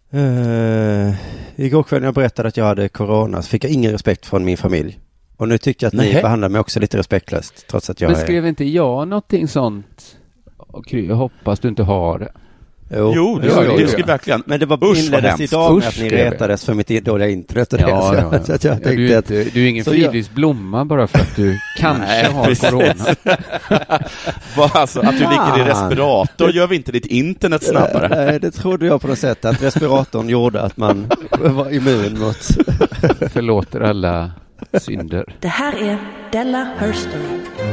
Igår kväll när jag berättade att jag hade corona så fick jag ingen respekt från min familj. Och nu tycker jag att ni behandlar mig också lite respektlöst. Trots att jag Men skrev inte jag någonting sånt? Och jag hoppas du inte har det. Jo, det skulle verkligen. Men det var inleddes idag med att ni retades för mitt dåliga internet. Och det. Så att jag tänkte att... Du är ingen Fridriks blomma bara för att du kanske har corona. Alltså, att du ligger i respirator gör vi inte ditt internet snabbare. Nej, det trodde jag på något sätt. Att respiratorn gjorde att man var immun mot... Förlåter alla synder. Det här är Della Herstory.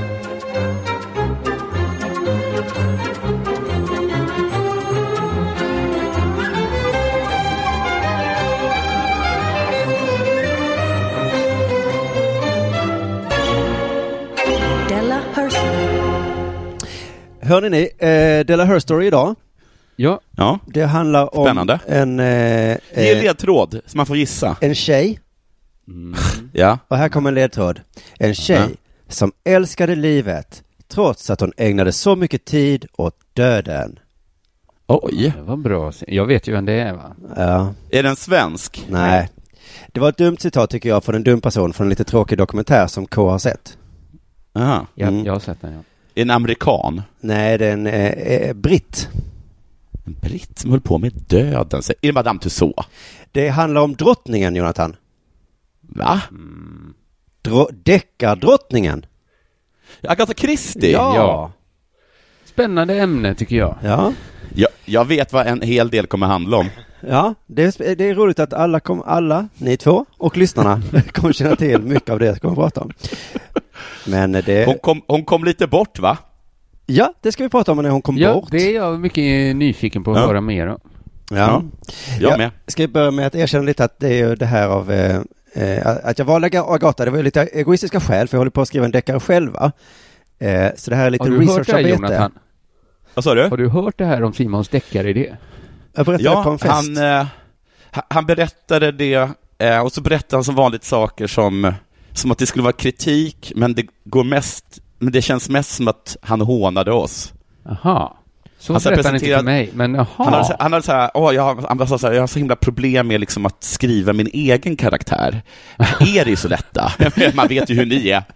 Della Herstory. Hörde ni, Della Herstory idag? Ja. Det handlar om spännande. Ge ledtråd så man får gissa. En tjej. Ja. Och här kommer en ledtråd. En tjej som älskade livet trots att hon ägnade så mycket tid åt döden. Oj. Det var bra. Jag vet ju vem det är, va? Ja. Är den svensk? Nej. Det var ett dumt citat tycker jag från en dum person från en lite tråkig dokumentär som K har sett. Aha. Jag har sett den, ja. En amerikan? Nej, det är en britt. En britt som höll på med döden. Är det Madame Tussauds? Det handlar om drottningen, Jonathan. Va? Deckardrottningen. Agatha Christie? Ja. Spännande ämne tycker jag. Ja. Jag vet vad en hel del kommer handla om. Ja, det är roligt att alla, ni två och lyssnarna kommer känna till mycket av det jag kommer prata om. Men hon kom lite bort, va? Ja, det ska vi prata om när hon kom bort. Ja, det är jag mycket nyfiken på att höra mer om. Ja. Jag med. Ska jag börja med att erkänna lite att det är ju det här av att jag valde Agatha, det var ju lite egoistiska skäl för jag håller på att skriva en deckare själva. Så det här är lite researcharbete. Jonathan? Vad sa du? Har du hört det här om Simons deckaridé? Jag berättade på en fest. Han berättade det och så berättade han som vanligt saker som att det skulle vara kritik, men det känns mest som att han hånade oss. Aha. Så berättade han inte för mig, men han hade så här, jag har så himla problem med liksom att skriva min egen karaktär. Är det så lätta? Man vet ju hur ni är.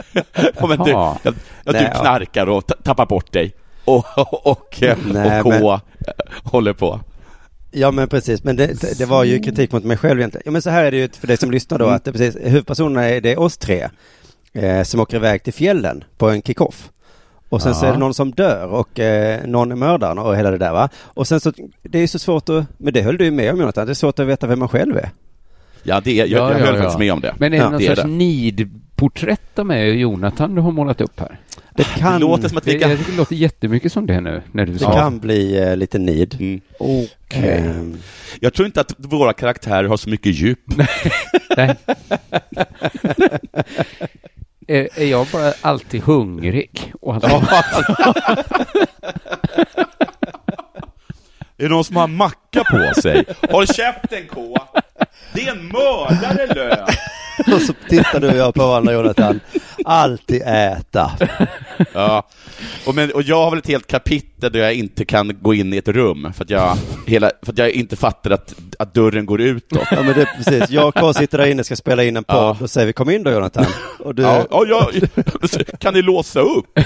Du knarkar och tappar bort dig. Och håller på. Ja, men precis. Men det var ju kritik mot mig själv egentligen. Ja, men så här är det ju för dig som lyssnar då, att huvudpersonerna är oss tre som åker iväg till fjällen på en kick-off. Och sen så är det någon som dör och någon är mördaren och hela det där, va? Och sen så, det är så svårt att, men det höll du ju med om, Jonathan, det är svårt att veta vem man själv är. Ja, jag höll faktiskt med om det. Men är det någon sorts nidporträtt av mig och Jonathan du har målat upp här? Det låter som att det låter jättemycket som det nu när du det kan bli lite nid. Okay. Jag tror inte att våra karaktärer har så mycket djup. Nej. Är jag bara alltid hungrig? Är det någon som har macka på sig? Håll käften, K! Det är en mördare, Lö! Och så tittar du och jag på varandra, Jonathan. Alltid äta. Ja. Och jag har väl ett helt kapitel där jag inte kan gå in i ett rum för att jag inte fattar att dörren går utåt. Ja, men det är precis. Jag och K sitter där inne och ska spela in en podd och säger vi kom in då, Jonathan. Och du... kan ni låsa upp?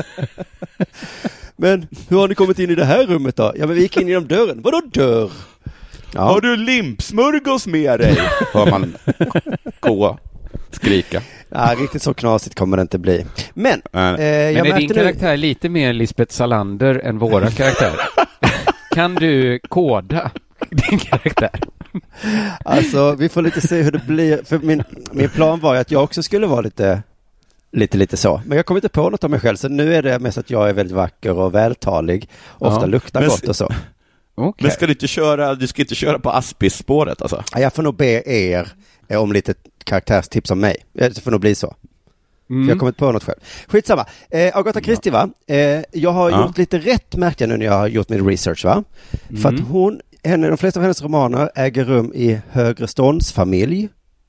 Men hur har ni kommit in i det här rummet då? Ja, men vi gick in genom dörren. Vadå dörr? Ja. Har du limpsmörgås med dig? Hör man K skrika. Ja, riktigt så knasigt kommer det inte bli. Men är din karaktär lite mer Lisbeth Salander än våra karaktärer? Kan du koda din karaktär? Alltså, vi får lite se hur det blir. För min plan var ju att jag också skulle vara lite så. Men jag kommer inte på något av mig själv. Så nu är det mest att jag är väldigt vacker och vältalig. Ofta luktar gott och så. Okay. Men du ska inte köra på Aspis-spåret alltså? Ja, jag får nog be er om lite karaktärstips om mig. Det får nog bli så. För jag kommer inte på något själv. Skitsamma. Agatha Christie, va? Jag har gjort lite rätt, märkte jag nu när jag har gjort min research, va? För att de flesta av hennes romaner äger rum i högreståndsfamilj.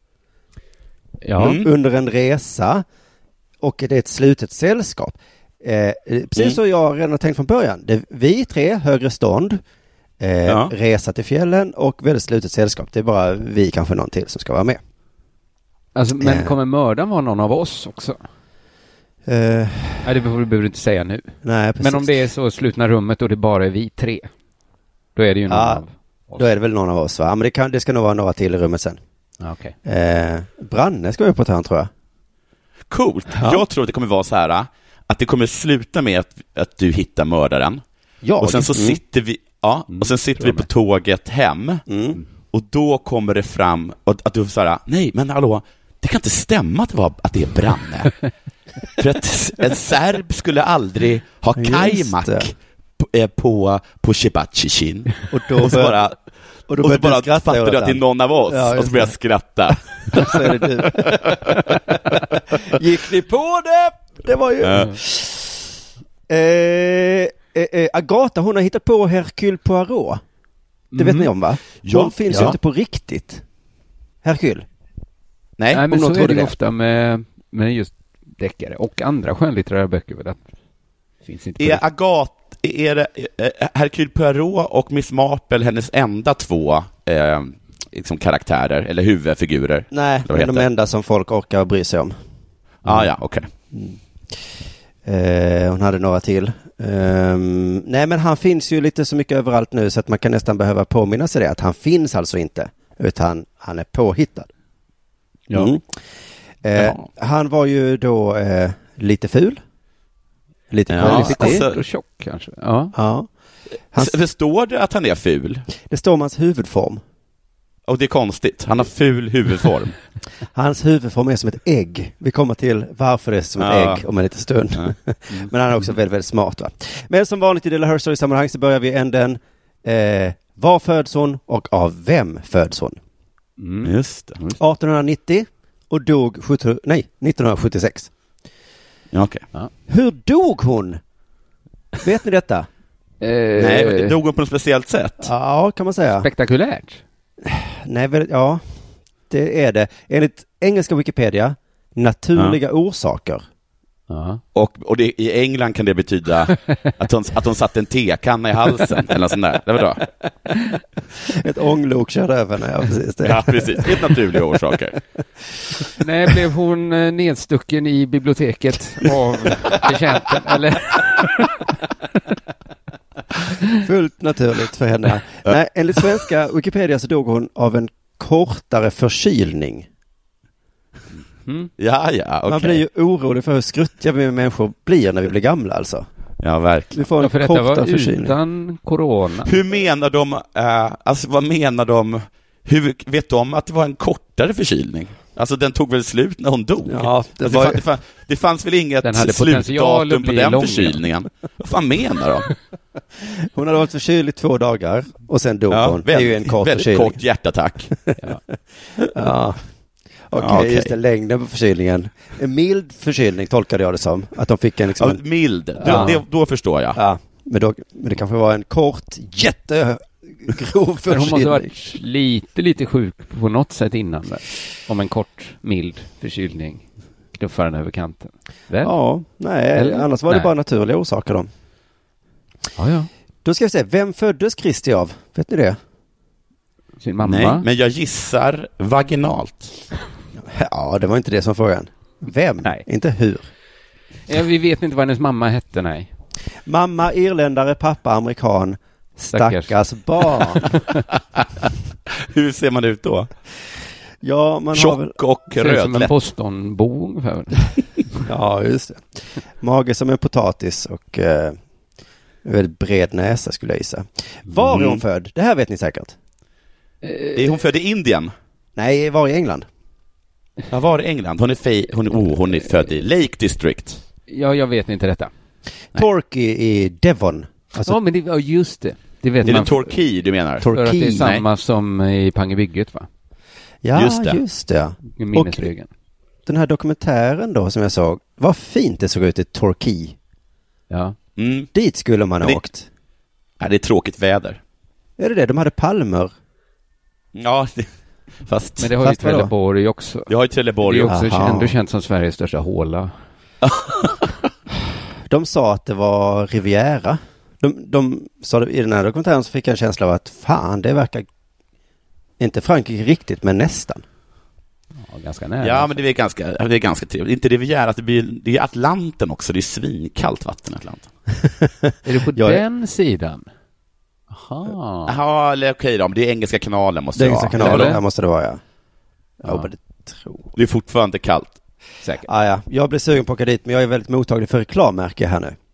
Under en resa. Och det är ett slutet sällskap. Precis så jag redan har tänkt från början. Vi tre, högre stånd. resa till fjällen och väldigt slutet sällskap. Det är bara vi, kanske någon till, som ska vara med. Alltså, men kommer mördaren vara någon av oss också? Nej, det behöver du inte säga nu. Nej, precis. Men om det är så slutna rummet och det bara är vi 3, då är det ju någon av oss. Då är det väl någon av oss, va? Men det ska nog vara några till i rummet sen. Okay. Branne ska vi på ett hörn, tror jag. Coolt. Ja. Jag tror att det kommer vara så här att det kommer sluta med att du hittar mördaren. Och sen så sitter vi och sen sitter vi på tåget hem. Och då kommer det fram att du säger nej, men hallå, det kan inte stämma att det är Branne. För att en serb skulle aldrig ha kajmak på Shibachichin. Och då bara fattar du att det är någon av oss, och så börjar jag skratta. Så är det du. Gick ni på det? Det var ju... Agatha, hon har hittat på Hercule Poirot. Det vet ni om, va? Hon finns ju inte på riktigt. Hercule. Nej, men så är det ofta med just deckare och andra skönlitterära böcker. Väl, att finns inte är Agatha, är det Hercule Poirot och Miss Marple hennes enda 2 liksom karaktärer eller huvudfigurer? Nej, det är de enda som folk orkar bry sig om. Okej. Hon hade några till. Nej, men han finns ju lite så mycket överallt nu så att man kan nästan behöva påminna sig det, att han finns alltså inte, utan han är påhittad. Han var ju då lite ful. Lite konstig. Och tjock kanske. Ja. Det står det att han är ful? Det står om hans huvudform. Och det är konstigt. Han har ful huvudform. Hans huvudform är som ett ägg. Vi kommer till varför det är som ett ägg om en liten stund. Men han är också väldigt, väldigt smart, va? Men som vanligt i Della Her Story-sammanhang så börjar vi i änden. Var föds hon och av vem föds hon? Just det. 1890 och dog 1976. Okay. Hur dog hon? Vet ni detta? Nej, dog hon på något speciellt sätt? Ja, kan man säga. Spektakulärt? Nej, det är det. Enligt engelska Wikipedia, naturliga orsaker. Och det, i England kan det betyda att hon satte en tekanna i halsen eller sånt där. Det var bra. Ett ånglok körde över när precis det. Ja, precis. Helt naturliga orsaker. Nej, blev hon nedstucken i biblioteket av betjänten, eller? Fullt naturligt för henne. Nej, enligt svenska Wikipedia så dog hon av en kortare förkylning. Okay. Man blir ju orolig för hur skruttiga vi människor blir när vi blir gamla, alltså. Ja, verkligen. Vi får en för detta var förkylning. Utan corona. Hur menar de, vad menar de, hur vet de att det var en kortare förkylning? Alltså den tog väl slut när hon dog? Ja, det fanns väl inget slutdatum på den förkylningen? Vad fan menar de? Hon hade varit förkyld i 2 dagar och sen dog hon. Det är ju en kort förkylning. Väldigt kort hjärtattack. Okej, just det, längden på förkylningen. En mild förkylning tolkade jag det som. Att de fick en liksom... mild. Då förstår jag. Ja, men det kanske var en kort, jättegrov förkylning. Hon måste ha varit lite sjuk på något sätt innan där. Om en kort, mild förkylning knuffar den över kanten. Väl? Ja, nej. Annars var det bara naturliga orsaker då. Ja. Då ska vi se, vem föddes Kristi av? Vet ni det? Sin mamma? Nej, men jag gissar vaginalt. Ja, det var inte det som frågan. Vem? Nej. Inte hur. Vi vet inte vad hennes mamma hette, nej. Mamma irländare, pappa amerikan. Stackars barn. Hur ser man ut då? Ja, man tjock har väl... och rödlätt. Som en Bostonbo ungefär. Ja, just det. Mage som en potatis och väldigt bred näsa skulle jag gissa. Var är hon född? Det här vet ni säkert. Är hon född i Indien? Nej, var i England. Ja, var i England? Hon är född i Lake District. Ja, jag vet inte detta. Torquay i Devon. Alltså, men det var just det. Det vet är man. Det Torquay du menar? För att det är samma som i Pangebygget, va? Ja, just det. Minnesregeln. Och den här dokumentären då som jag såg, vad fint det såg ut i Torquay. Ja. Dit skulle man ha åkt. Ja, det är tråkigt väder. Är det det? De hade palmer. Ja, fast... Men det har ju Trelleborg också. Jag har ju Trelleborg. Det är också ändå känt som Sveriges största håla. De sa att det var Riviera De sa i den här dokumentären, så fick jag en känsla av att fan, det verkar inte Frankrike riktigt, men nästan. Ja, ganska nära. Ja, men det är ganska trevligt. Inte det vi gör att det är Atlanten också. Det är svinkallt vatten i Atlanten. Är det på den sidan? Aha. Ja, eller okej då. Det är Engelska kanalen måste det vara. Engelska kanalen, där måste det vara, ja. Ja, men det tror. Det är fortfarande kallt. Säkert. Ja. Jag blir sugen på att åka dit, men jag är väldigt mottaglig för reklammärke här nu.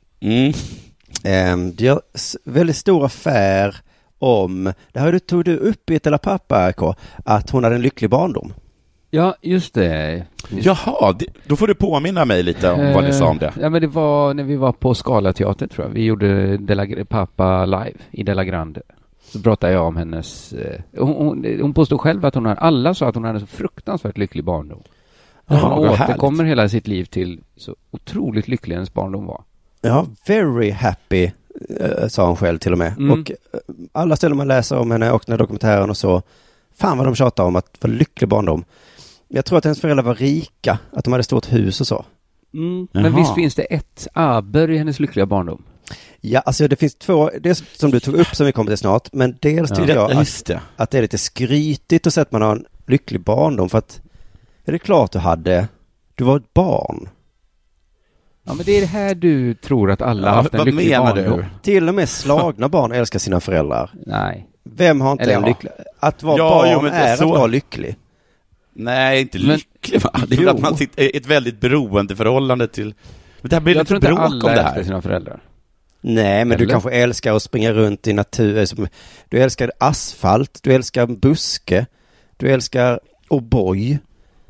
Det gör väldigt stor affär om, det här tog du upp i ett eller pappa, att hon hade en lycklig barndom. Ja, just det. Jaha, då får du påminna mig lite om vad ni sa om det. Ja, men det var när vi var på Scala teater, tror jag. Vi gjorde Pappa live i Della Grande. Så pratade jag om hennes... Hon påstod själv att alla sa att hon hade så fruktansvärt lycklig barndom. Hon återkommer hela sitt liv till så otroligt lycklig hennes barndom var. Ja, very happy, sa hon själv till och med. Och alla ställen man läser om henne och den här dokumentären och så, fan vad de tjatar om att vara lycklig barndom. Jag tror att hennes föräldrar var rika, att de hade stort hus och så. Men visst finns det ett aber i hennes lyckliga barndom? Ja, alltså det finns två, det som du tog upp som vi kommer till snart, men dels tycker jag att det är lite skrytigt att säga att man har en lycklig barndom, för att är det klart du var ett barn. Ja, men det är det här du tror att alla har haft en lycklig barndom. Till och med slagna barn älskar sina föräldrar. Nej. Vem har inte en lycklig... Att vara barn är att vara lycklig. Nej, inte lycklig. Det är att man sitter ett väldigt beroendeförhållande till... Men det här blir jag lite tror inte bråk alla om det här. älskar sina föräldrar. Nej, men du kanske älskar att springa runt i natur. Du älskar asfalt, du älskar buske, du älskar O'boy.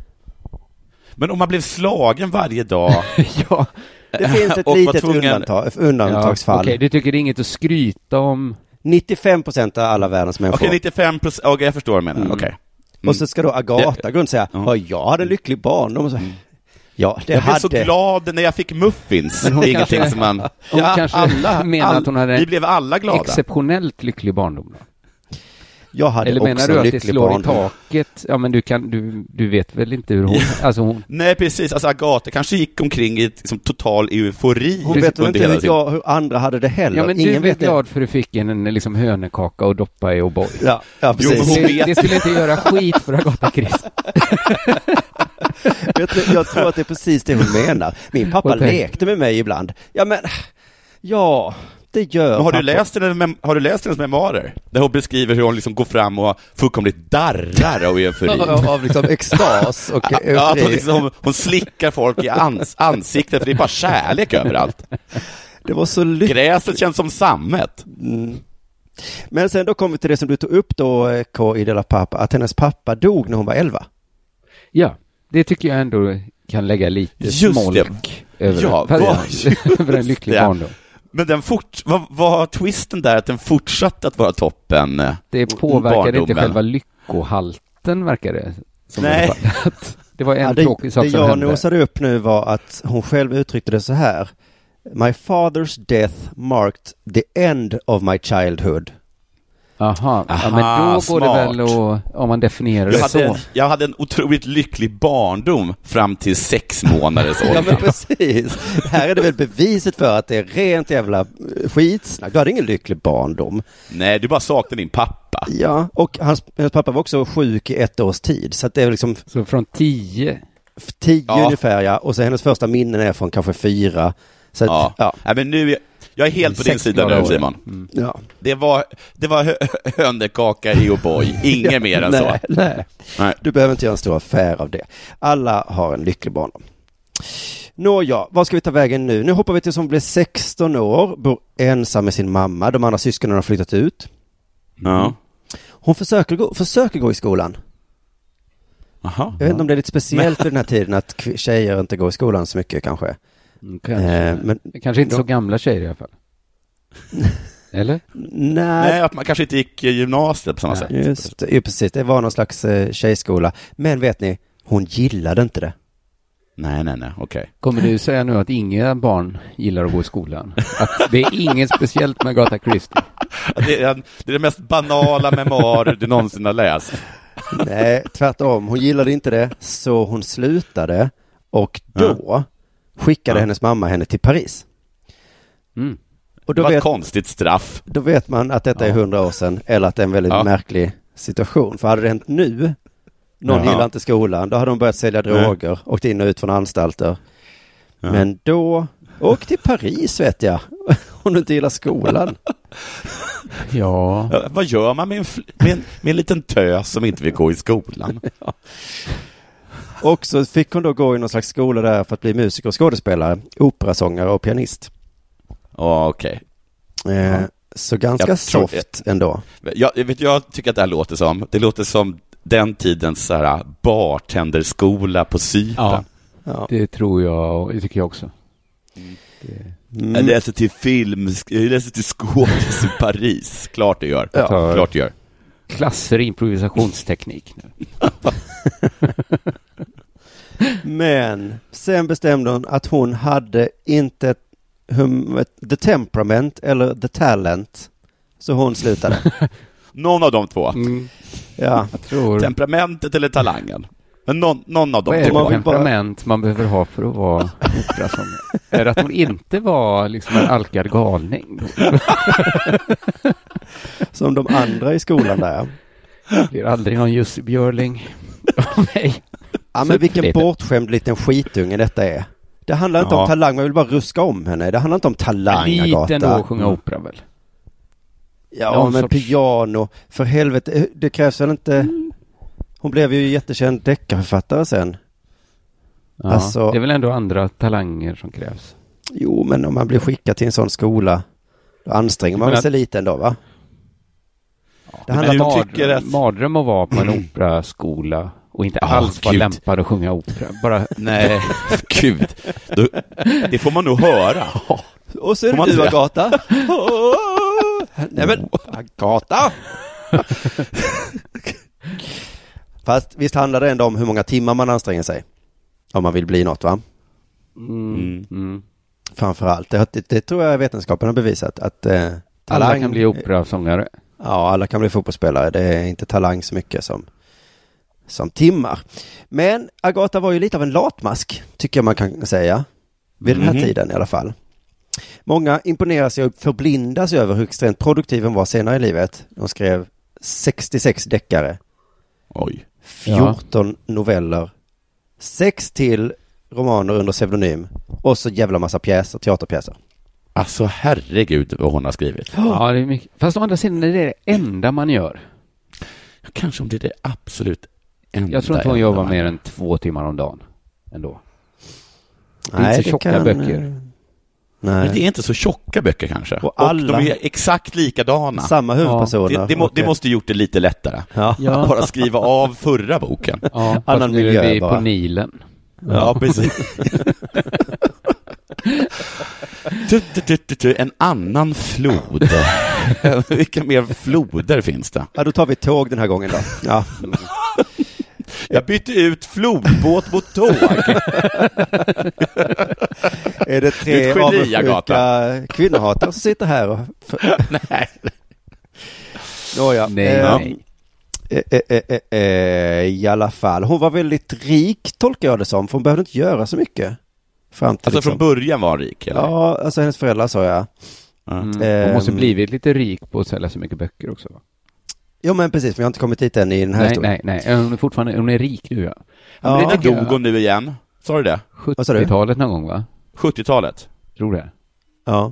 Men om man blev slagen varje dag... Ja. Det finns ett litet undantagsfall. Ja, okej, du tycker det är inget att skryta om? 95% av alla världens människor. Okej, 95%. Okej, jag förstår vad du menar. Okej. Och så ska då Agatha gå och säga, jag hade en lycklig barndom. Så, ja, det jag hade... blev så glad när jag fick muffins. Men hon det är ingenting som man... Hon kanske menar att hon hade vi blev alla glada. Exceptionellt lycklig barndom då. Jag hade eller också menar du att det slår barndom. I taket? Ja, men du vet väl inte hur hon... Alltså hon... Nej, precis. Alltså Agatha kanske gick omkring i liksom, total eufori. Hon vet väl inte hur andra hade det heller. Ja, men ingen du vet glad för du fick en liksom hönekaka och doppa i O'boy. Ja, precis. Det skulle inte göra skit för Agatha Christie. Jag tror att det är precis det hon menar. Min pappa lekte med mig ibland. Ja, men... Ja... Det gör men har du läst hennes memoarer? Där hon beskriver hur hon liksom går fram och fullkomligt darrar av eufori. Av liksom extas och eufori. Hon slickar folk i ansiktet, för det är bara kärlek överallt. Det var så lyckligt. Gräset känns som sammet. Men sen då kommer vi till det som du tog upp då, i Della Pappa, att hennes pappa dog när hon var 11. Ja, det tycker jag ändå kan lägga lite smolk över en lycklig barndom. Men var twisten där att den fortsatte att vara toppen? Det påverkade inte själva lyckohalten, verkar det som. Nej. Det var en tråkig sak som hände. Det jag nosade upp nu var att hon själv uttryckte det så här: My father's death marked the end of my childhood. Aha, ja, men då går det väl om man definierar det så. Jag hade en otroligt lycklig barndom fram till 6 månaders ålder. Ja, men precis. Här är det väl beviset för att det är rent jävla skitsnack. Du hade ingen lycklig barndom. Nej, du bara saknade din pappa. Ja, och hennes pappa var också sjuk i 1 års tid. Så att det är liksom... Så från 10? 10 ungefär, ja. Och så hennes första minnen är från kanske 4. Så att, ja, men nu... Jag är helt på din sida nu, Simon. Ja. Det var hönekaka i O'boy. Inget mer än så. Nej. Du behöver inte göra en stor affär av det. Alla har en lycklig barndom. Nåja, vad ska vi ta vägen nu? Nu hoppar vi till som blir 16 år, bor ensam med sin mamma. De andra syskonen har flyttat ut. Ja. Hon försöker gå i skolan. Aha. Jag vet inte om det är lite speciellt för den här tiden att tjejer inte går i skolan så mycket kanske. Men kanske inte så gamla tjejer i alla fall. Eller? Nej, att man kanske inte gick gymnasiet på samma sätt. Just det, precis. Det var någon slags tjejskola. Men vet ni, hon gillade inte det. Nej, okej. Kommer du säga nu att inga barn gillar att gå i skolan? Att det är inget speciellt med Agatha Christie? Det är det mest banala memoarer du någonsin har läst. Nej, tvärtom. Hon gillade inte det, så hon slutade. Och då skickade hennes mamma henne till Paris. Och det var ett konstigt straff. Då vet man att detta är 100 år sedan eller att det är en väldigt märklig situation. För hade det hänt nu, någon gillar inte skolan, då hade de börjat sälja droger, åkt in och ut från anstalter. Men då, åk till Paris vet jag, om du inte gillar skolan. Vad gör man med en liten tös som inte vill gå i skolan? Och så fick hon då gå i någon slags skola där för att bli musiker och skådespelare, operasångare och pianist. Okej. Så ganska soft ändå. Jag tycker att det här låter som den tidens så här bartenderskola på Cypern. Ja, det tror jag, det tycker jag också. Jag läser till jag läser till skådis i Paris. Klart det gör. Klart det gör. Klasser i improvisationsteknik nu. Men sen bestämde hon att hon hade inte the temperament eller the talent, så hon slutade. Någon av de två. Ja, jag tror. Temperamentet eller talangen. Men någon av de två. Vad är det temperament man behöver ha för att vara operasångare? Är det att hon inte var liksom en alkad galning? Som de andra i skolan där. Det blir aldrig någon Jussi Björling. Nej. Ja, men vilken bortskämd liten skitunge detta är. Det handlar inte om talang, man vill bara ruska om henne. Det handlar inte om talang, Agata. Lite ändå att sjunga opera väl? Ja, men piano, för helvete, det krävs väl inte... Hon blev ju jättekänd deckarförfattare sen. Ja, alltså, det är väl ändå andra talanger som krävs. Jo, men om man blir skickad till en sån skola, då anstränger man sig lite ändå, va? Ja, det handlar om att mardröm att vara på en operaskola och inte alls vara lämpad att sjunga opera. Bara... Nej, gud. Det får man nog höra. Och så är det du, Agata. Nej, men Agata! Fast visst handlar det ändå om hur många timmar man anstränger sig. Om man vill bli något, va? Framförallt. Det tror jag vetenskapen har bevisat. Att talang, alla kan bli operasångare. Ja, alla kan bli fotbollsspelare. Det är inte talang så mycket som timmar. Men Agata var ju lite av en latmask, tycker jag man kan säga. Vid den här tiden i alla fall. Många imponeras och förblindas över hur extremt produktiv hon var senare i livet. Hon skrev 66 deckare. Oj. 14 noveller. 6 till romaner under pseudonym. Och så jävla massa pjäser, teaterpjäser. Alltså herregud vad hon har skrivit. Ja, det är mycket. Fast å andra sidan är det enda man gör. Kanske om det är det absolut enda. Jag tror inte hon jobbar mer än 2 timmar om dagen ändå. Nej, det är inte så tjocka böcker. Nej. Men det är inte så tjocka böcker kanske. Och de är exakt likadana. Samma huvudpersoner. Det måste gjort det lite lättare. Ja. Bara skriva av förra boken. Ja, annan miljö är på Nilen. Ja, precis. En annan flod. Vilka mer floder finns det? Ja, då tar vi tåg den här gången då. Ja. Jag bytte ut flodbåt mot tåg. Är det 3 avundsjuka kvinnohatare som sitter här? Och nej. Nåja. Nej. I alla fall. Hon var väldigt rik, tolkar jag det som. För hon behövde inte göra så mycket. Fram till, alltså från början var rik? Eller? Ja, alltså hennes föräldrar sa jag. Hon måste blivit lite rik på att sälja så mycket böcker också, va? Jo, men precis, vi har inte kommit dit än i den här historien. Nej, hon är rik nu, ja. Men det dog hon nu igen. Sa du det? 70-talet någon gång, va? 70-talet? Tror det. Ja.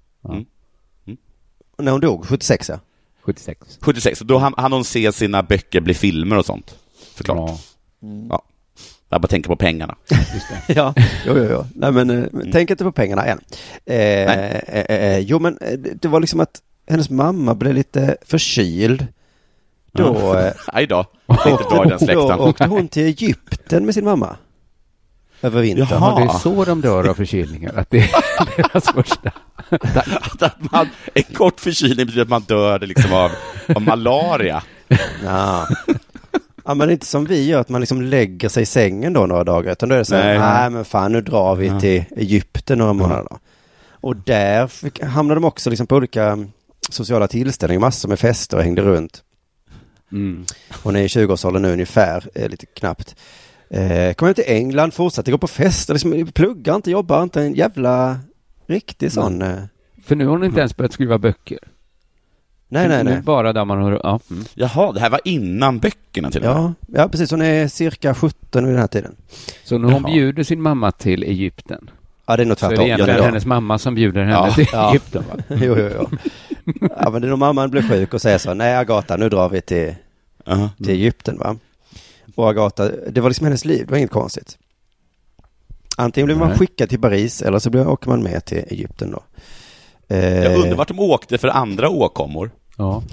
Och när hon dog, 76, ja. 76, då hann hon se sina böcker bli filmer och sånt. Såklart. Ja. Jag bara tänker på pengarna. Just det. Ja, jo. Nej, men tänk inte på pengarna än. Jo, men det var liksom att hennes mamma blev lite förkyld. Då, aj då. Inte bra i den släkten. Då åkte hon till Egypten med sin mamma. Över vintern. Jaha. Det är så de dör av förkylningar. Att det är deras första. En kort förkylning betyder att man dör liksom av malaria. Ja. Ja, men inte som vi gör, att man liksom lägger sig i sängen då några dagar. Utan då är det så här, nej men fan, nu drar vi till Egypten några månader då. Och där hamnade de också liksom på olika sociala tillställningar, massor med fester och hängde runt. Hon är i 20-årsåldern nu ungefär, lite knappt. Kom hem till England, fortsatte gå på fester, liksom, pluggar inte, jobbar inte, en jävla riktig sån För nu har hon inte ens börjat skriva böcker. Nej. Bara där man har... Ja. Jaha, det här var innan böckerna till och med. Ja, precis. Hon är cirka 17 vid den här tiden. Så när hon bjuder sin mamma till Egypten. Ja, det är nog tvärtom. Så det är egentligen hennes mamma som bjuder henne till Egypten, va? Jo. Ja, men det är nog mamman blir sjuk och säger så, nej Agatha, nu drar vi till Egypten, va? Och Agatha, det var liksom hennes liv, det var inget konstigt. Antingen blir man skickad till Paris eller så åker man med till Egypten då. Jag undrar vart de åkte för andra åkommor. Ja.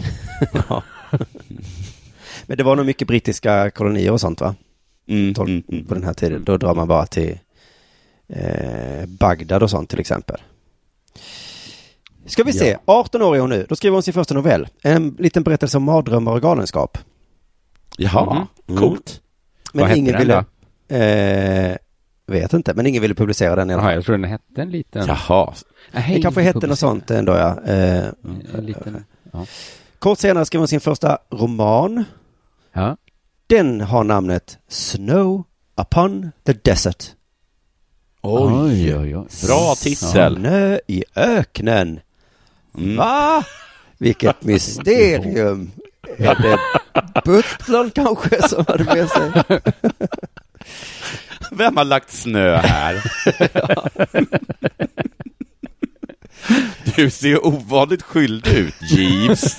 Men det var nog mycket brittiska kolonier och sånt, va? På den här tiden. Då drar man bara till Bagdad och sånt till exempel. Ska vi se, 18 år är hon nu. Då skriver hon sin första novell. En liten berättelse om mardrömmar och galenskap. Jaha, coolt. Men vad ingen hette den ville... vet inte, men ingen ville publicera den. Jaha, jag tror den hette en liten... Jaha. Det kanske hette något sånt ändå, ja. En liten... Ja. Kort senare skrev hon sin första roman. Ja. Den har namnet Snow upon the Desert. Oj. Bra titel. Snö i öknen. Va? Vilket mysterium. Är det butlern kanske som hade med sig? Vem har lagt snö här? Du ser ovanligt skyldig ut, Jeeves.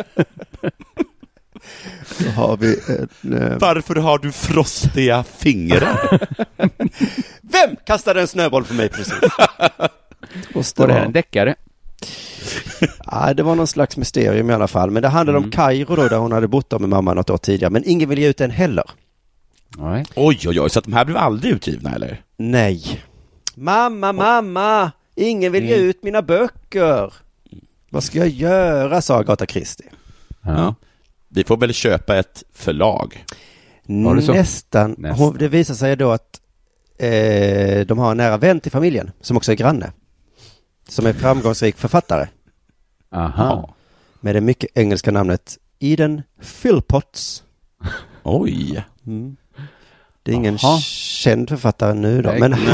Då har vi Varför har du frostiga fingrar? Vem kastade en snöboll på mig precis? Var det här en deckare? Ja, det var någon slags mysterium i alla fall. Men det handlade om Kairo då, där hon hade bott med mamma något år tidigare. Men ingen ville ge ut den heller. Nej. Oj, så att de här blev aldrig utgivna, eller? Nej. Mamma, ingen vill ge ut mina böcker. Vad ska jag göra, sa Agatha Christie. Ja. Vi får väl köpa ett förlag. Nästan. Det visar sig då att de har en nära vän till familjen som också är granne. Som är framgångsrik författare. Aha. Med det mycket engelska namnet Eden Philpotts. Oj. Det är ingen känd författare nu då. Nej, men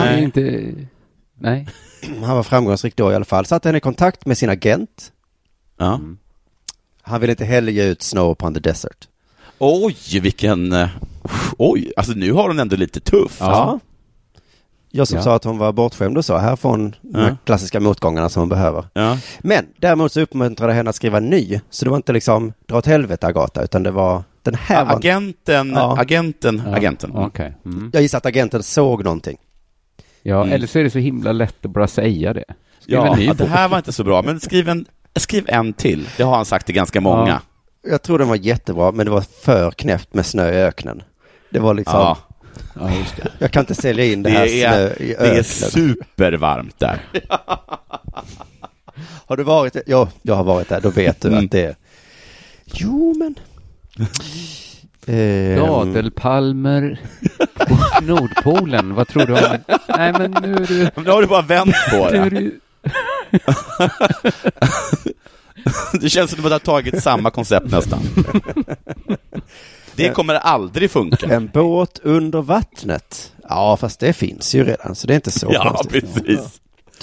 han var framgångsrik då i alla fall. Satte henne i kontakt med sin agent. Ja. Han ville inte heller ge ut Snow upon the Desert. Oj, alltså nu har hon ändå lite tuff. Ja. Jag som sa att hon var bortskämd och så. Här får hon de klassiska motgångarna som hon behöver. Ja. Men däremot så uppmuntrade henne att skriva ny. Så det var inte liksom dra åt helvete Agatha, utan det var den här agenten. Okay. Jag gissar att agenten såg någonting. Ja, eller så är det så himla lätt att bara säga det. Det här var inte så bra, men skriv en till. Det har han sagt till ganska många. Ja. Jag tror den var jättebra, men det var för knäppt med snö i öknen. Det var liksom... Ja, just det. Jag kan inte sälja in det här snö i öknen. Det är supervarmt där. Har du varit där? Ja, jag har varit där. Då vet du att det är... Jo, men... Dadelpalmer på Nordpolen. Vad tror du om... Nej, men nu är du... Nu har du bara vänt på det. Det känns som att du har tagit samma koncept nästan. Det kommer aldrig funka. En båt under vattnet. Ja, fast det finns ju redan, så det är inte så konstigt. Precis.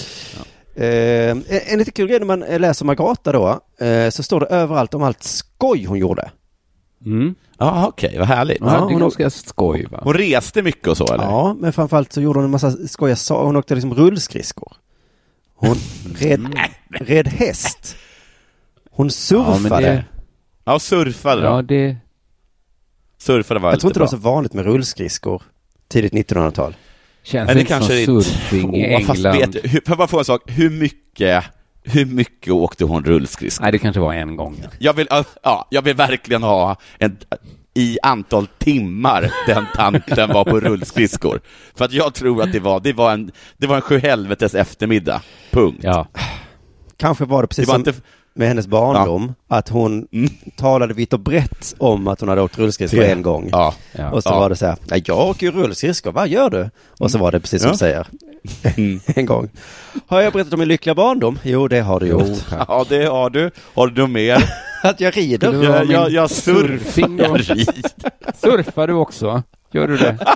En lite kul grej när man läser om Agatha då, så står det överallt om allt skoj hon gjorde. Ja, okej, vad härligt. Ja, det är ganska skoj, va? Hon reste mycket och så, eller? Ja, men framförallt så gjorde hon en massa skoja. Hon åkte liksom rullskridskor. Hon red häst. Hon surfade. Surfade då. Ja, det... Surfade var jag tror inte det var bra. så vanligt med rullskridskor tidigt 1900-tal. Känns det kanske som surfing i England. Får jag bara få en sak? Hur mycket åkte hon rullskridskor? Nej, det kanske var en gång. Jag vill verkligen ha i antal timmar den tanten var på rullskridskor. För att jag tror att det var en sjuhelvetes eftermiddag. Punkt. Ja. Kanske var det precis med hennes barndom, att hon talade vitt och brett om att hon hade åkt rullskridskor en gång. Ja. Och så var det så här, jag åker ju rullskridskor, vad gör du? Och så var det precis som du säger. En gång. Har jag berättat om min lyckliga barndom? Jo, det har du gjort. Ja, det har du. Har du mer? Att jag rider. Jag surfar. Surfar du också? Gör du det?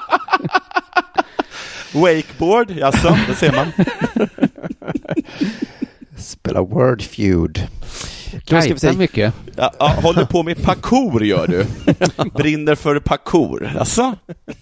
Wakeboard, jaså, det ser man. Spela Word Feud. Kajtar mycket. Ja, håller på med parkour gör du. Brinner för parkour. Alltså.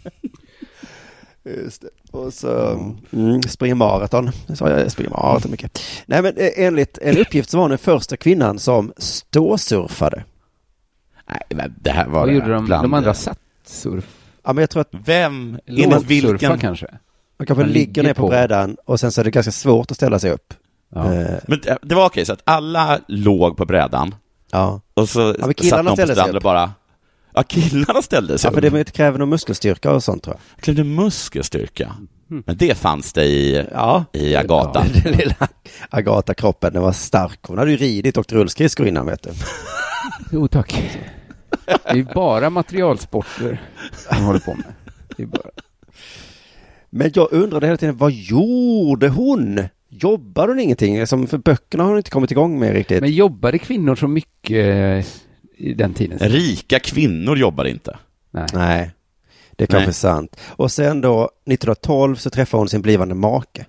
Just det. Och så springer maraton. Jag springer maraton mycket. Nej, men enligt en uppgift så var den första kvinnan som ståsurfade. Nej, men det här var... Vad gjorde de andra satt surf? Ja, men jag tror att... Vem? Enligt vilken? Kanske. Man kanske ligger ner på brädan och sen så är det ganska svårt att ställa sig upp. Ja. Men det var okej, så att alla låg på brädan. Ja. Och så satt någon på stranden och bara... Ja, killarna ställde sig upp. Ja, för det kräver nog muskelstyrka och sånt, tror jag. Det krävde muskelstyrka? Men det fanns det i Agatha. Ja, den lilla Agatha-kroppen, den var stark. Hon hade ju ridit och rullskridskor innan, vet du. Jo, tack. Det är bara materialsporter hon håller på med. Det är bara... Men jag undrade hela tiden, vad gjorde hon? Jobbade hon ingenting? För böckerna har hon inte kommit igång med riktigt. Men jobbade kvinnor så mycket i den tiden? Rika kvinnor jobbar inte. Nej, det är kanske sant. Och sen då, 1912 så träffade hon sin blivande make.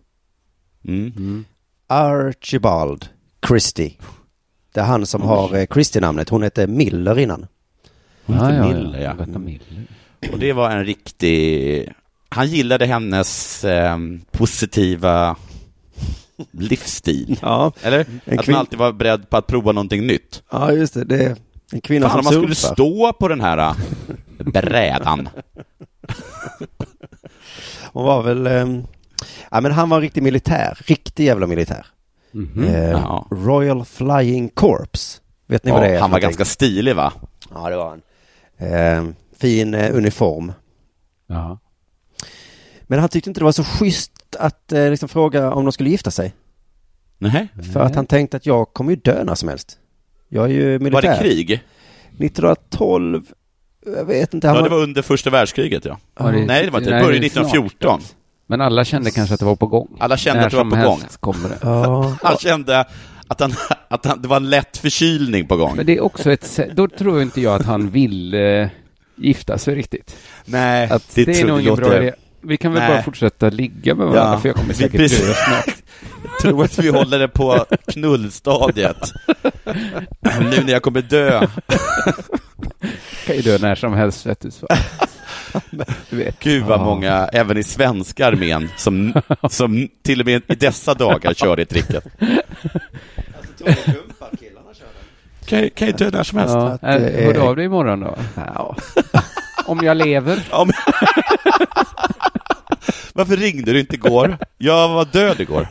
Archibald Christie. Det är han som har Christie-namnet. Hon heter Miller innan. Miller. Och det var en riktig... Han gillade hennes positiva livsstil. Ja. Eller? Att man alltid var beredd på att prova någonting nytt. Ja, just det. Det är en kvinna som man skulle stå på den här brädan. Hon var väl... ja, men han var riktig militär. Riktig jävla militär. Royal Flying Corps. Vet ni vad det är? Han var ganska stilig, va? Ja, det var han. Fin uniform. Ja. Men han tyckte inte det var så schysst att liksom fråga om de skulle gifta sig. Nej. För att han tänkte att jag kommer ju dö när som helst. Jag är ju militär. Var det krig? 1912, jag vet inte. Det var under första världskriget, ja. Nej, det var inte. Det började 1914. Men alla kände kanske att det var på gång. Alla kände att det var på gång. Kommer det. Han kände att det var en lätt förkylning på gång. Men det är också då tror inte jag att han vill gifta sig riktigt. Nej, att det är nog ingen bra idé. Vi kan väl bara fortsätta ligga med varandra, för jag kommer säkert dö snart. Jag tror att vi håller det på knullstadiet. Nu när jag kommer dö. Kan ju dö när som helst, vet du. Gud vad många, även i svenska armén, som till och med i dessa dagar kör det tricket. Kan ju dö när som helst. Hör du av dig imorgon då? Ja. Om jag lever. Varför ringde du inte igår? Jag var död igår.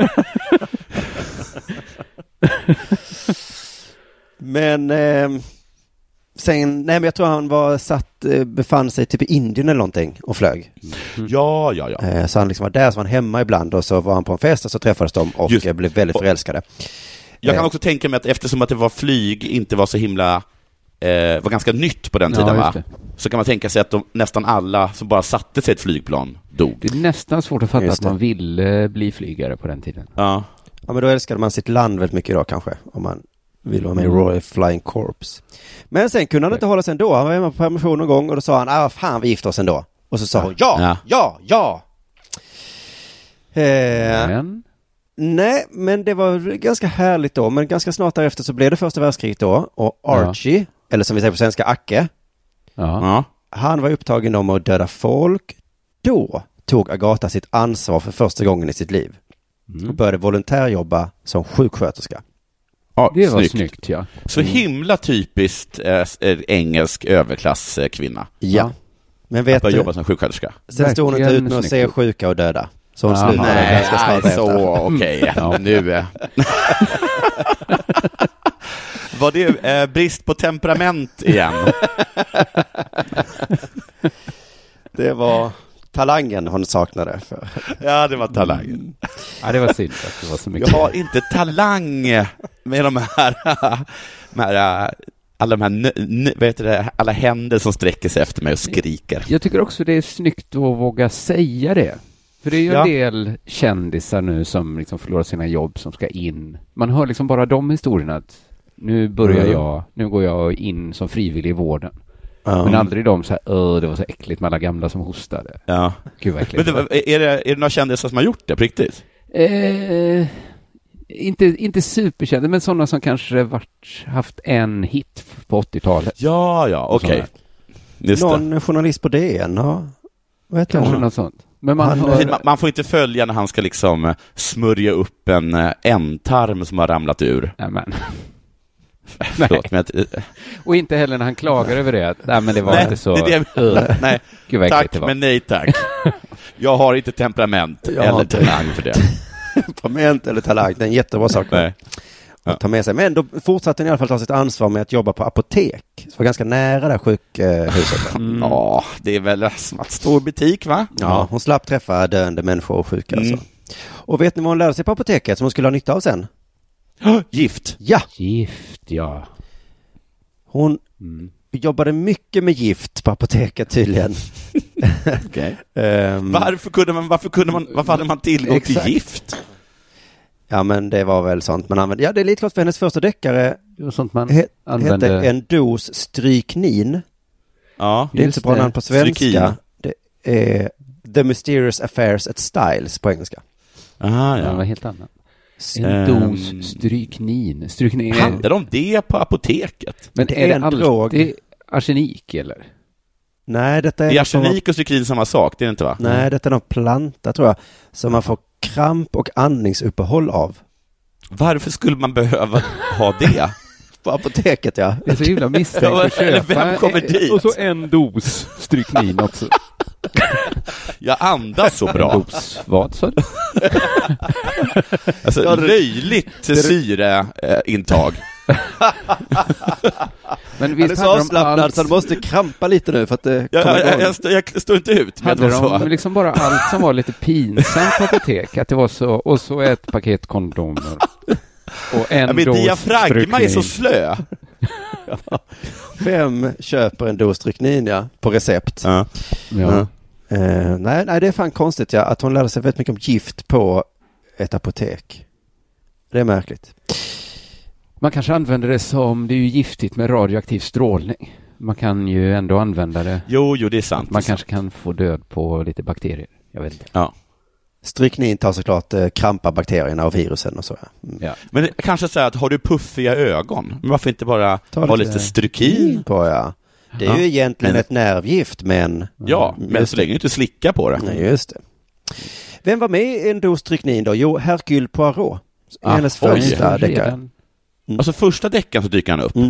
Men sen, men jag tror han befann sig typ i Indien eller någonting och flög. Ja. Så han liksom var där, så var han hemma ibland och så var han på en fest och så träffades de och blev väldigt förälskade. Jag kan också tänka mig att eftersom att det var flyg inte var så himla var ganska nytt på den tiden, va? Så kan man tänka sig att nästan alla som bara satte sig ett flygplan dog. Det är nästan svårt att fatta att man ville bli flygare på den tiden. Ja, men då älskade man sitt land väldigt mycket idag kanske, om man vill vara med i Royal Flying Corps. Men sen kunde han inte hålla sig ändå. Han var hemma på permission någon gång och då sa han, fan vi gifter oss ändå. Och så sa hon, ja. Nej, men det var ganska härligt då. Men ganska snart därefter så blev det första världskriget då. Och Archie, eller som vi säger på svenska, Acke. Han var upptagen om att döda folk. Då tog Agatha sitt ansvar för första gången i sitt liv. Och började volontärjobba som sjuksköterska. Ja, det var snyggt, ja. Så himla typiskt engelsk överklasskvinna. Ja. Men vet du, jobba som sjuksköterska. Sen stod hon inte ut med att se sjuka och döda. Så hon slutade ganska snart efter. Okej. Nu. Var det brist på temperament igen? Det var talangen hon saknade för. Ja, det var talangen. Ja, det var synd att det var så mycket. Jag har inte talang med de här alla de här alla händer som sträcker sig efter mig och skriker. Jag tycker också det är snyggt att våga säga det. För det är ju en del kändisar nu som liksom förlorar sina jobb som ska in. Man hör liksom bara de historierna att nu går jag in som frivillig i vården. Men aldrig de så här, det var så äckligt med alla gamla som hostade. Ja. Gud vad äckligt. Men är det några kändisar som har gjort det på riktigt? inte superkända, men sådana som kanske haft en hit på 80-talet. Ja, okej. Någon journalist på DN, vad heter kanske något sånt. Men man får inte följa när han ska liksom smörja upp en ändtarm som har ramlat ur. Nämen. Och inte heller när han klagar över det. Nej, men det var inte så. Nej. Gud, tack, men nej tack. Jag har inte temperament eller talang för det. Temperament eller talang, det är en jättebra sak. Nej. Att ta med sig. Men då fortsatte han i alla fall ta sitt ansvar med att jobba på apotek. Så var ganska nära där sjukhuset. Ja, det är väl som att stor butik, va? Ja, hon slapp träffa döende människor och sjuka. Alltså. Och vet ni vad hon lärde sig på apoteket som hon skulle ha nytta av sen? Gift. Ja. Gift, ja. Hon jobbade mycket med gift på apoteket tydligen. Okay. Varför hade man tillgång till gift? Ja, men det var väl sånt man använde. Ja, det är lite klart för hennes första deckare. Det var sånt man hette en dos stryknin. Ja, det är inte så bra namn på svenska. Strykin. Det är The Mysterious Affairs at Styles på engelska. Aha, ja. Det var helt annat. En dos stryknin. Hade de det på apoteket? Men det är en drog. Det är arsenik, eller? Nej, detta är arsenik och stryknin samma sak, det är inte, va? Nej, detta är någon planta, tror jag, som man får kramp och andningsuppehåll av. Varför skulle man behöva ha det? På apoteket, ja. Det är så himla misstänkt att köpa. Vem kommer dit? Och så en dos stryknin också. Jag andas så bra. En dos, vad så? Alltså, löjligt syreintag. Men visst, han är så avslappnad så du måste krampa lite nu för att det jag står inte ut. Hade de liksom bara allt som var lite pinsamt på apotek, att det var så, och så ett paket kondomer och en dos diafragma är så slö. 5 köper en dos stryknin, på recept. Ja. Nej, det är fan konstigt, att hon lärde sig väldigt mycket om gift på ett apotek. Det är märkligt. Man kanske använder det som, det är ju giftigt med radioaktiv strålning. Man kan ju ändå använda det. Jo, det är sant. Man kanske kan få död på lite bakterier. Jag vet inte. Ja. Stryknin tar såklart krampa bakterierna och virusen och så. Ja. Men kanske säga att har du puffiga ögon, men varför inte bara ha lite strykin på, Det är ju egentligen ett nervgift, men... Ja, men så länge du inte slickar på det. Nej, just det. Vem var med i en dos stryknin då? Jo, Hercule Poirot. Hennes första deckare. Alltså första deckan så dyker han upp.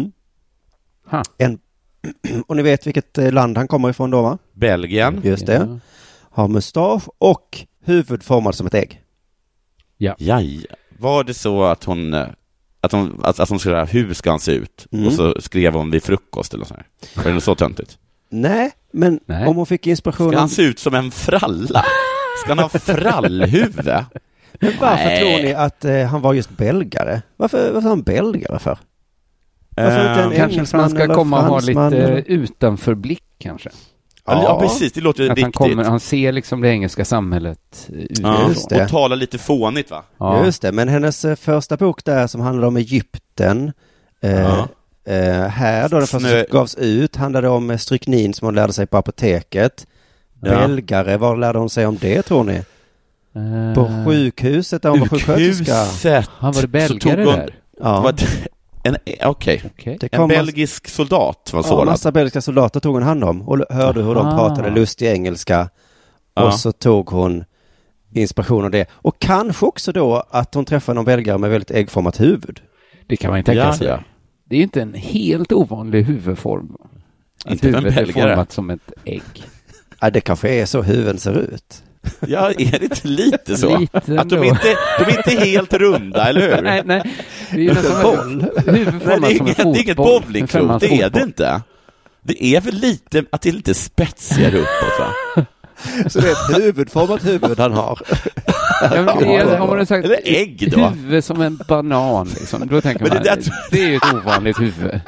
Och ni vet vilket land han kommer ifrån då, va? Belgien. Just det. Har mustasch och huvud formad som ett ägg. Ja. Var det så att hon skulle, hur ska han se ut? Och så skrev hon vid frukost eller så här. Är det så töntigt? Nej, men om hon fick inspiration... Ska han se ut som en fralla? Ska han ha frallhuvud? Men varför tror ni att han var just belgare? Varför var han belgare för? Kanske man ska komma och ha lite utanförblick kanske. Ja, precis. Det låter att riktigt. Han ser liksom det engelska samhället just det. Och talar lite fånigt, va? Ja. Just det, men hennes första bok där som handlade om Egypten här då den första gavs ut handlade om stryknin som hon lärde sig på apoteket. Belgare, vad lärde hon sig om det, tror ni? På sjukhuset där hon var sjuksköterska. Han var det belgare där? Ja. Okej. En belgisk soldat var sådan. Massa belgiska soldater tog hon hand om och hörde hur de pratade lustig engelska. Och så tog hon inspiration av det. Och kanske också då att hon träffade någon belgare med väldigt äggformat huvud. Det kan man inte tänka sig. Ja. Det är ju inte en helt ovanlig huvudform. Att huvudet är format som ett ägg. Ja, det kanske är så huvuden ser ut. Ja, är det inte lite så? Att de inte är helt runda, eller hur? Nej. Det är ju nästan boll. Huvudformat som en fotboll. Det är inget bowlingklot, det är det inte. Det är väl lite, att det är lite spetsigare uppåt, va? Så det är ett huvudformat huvud han har. Har man sagt, eller ägg då? Huvud som en banan, liksom. Då tänker man, det är ju ett ovanligt huvud.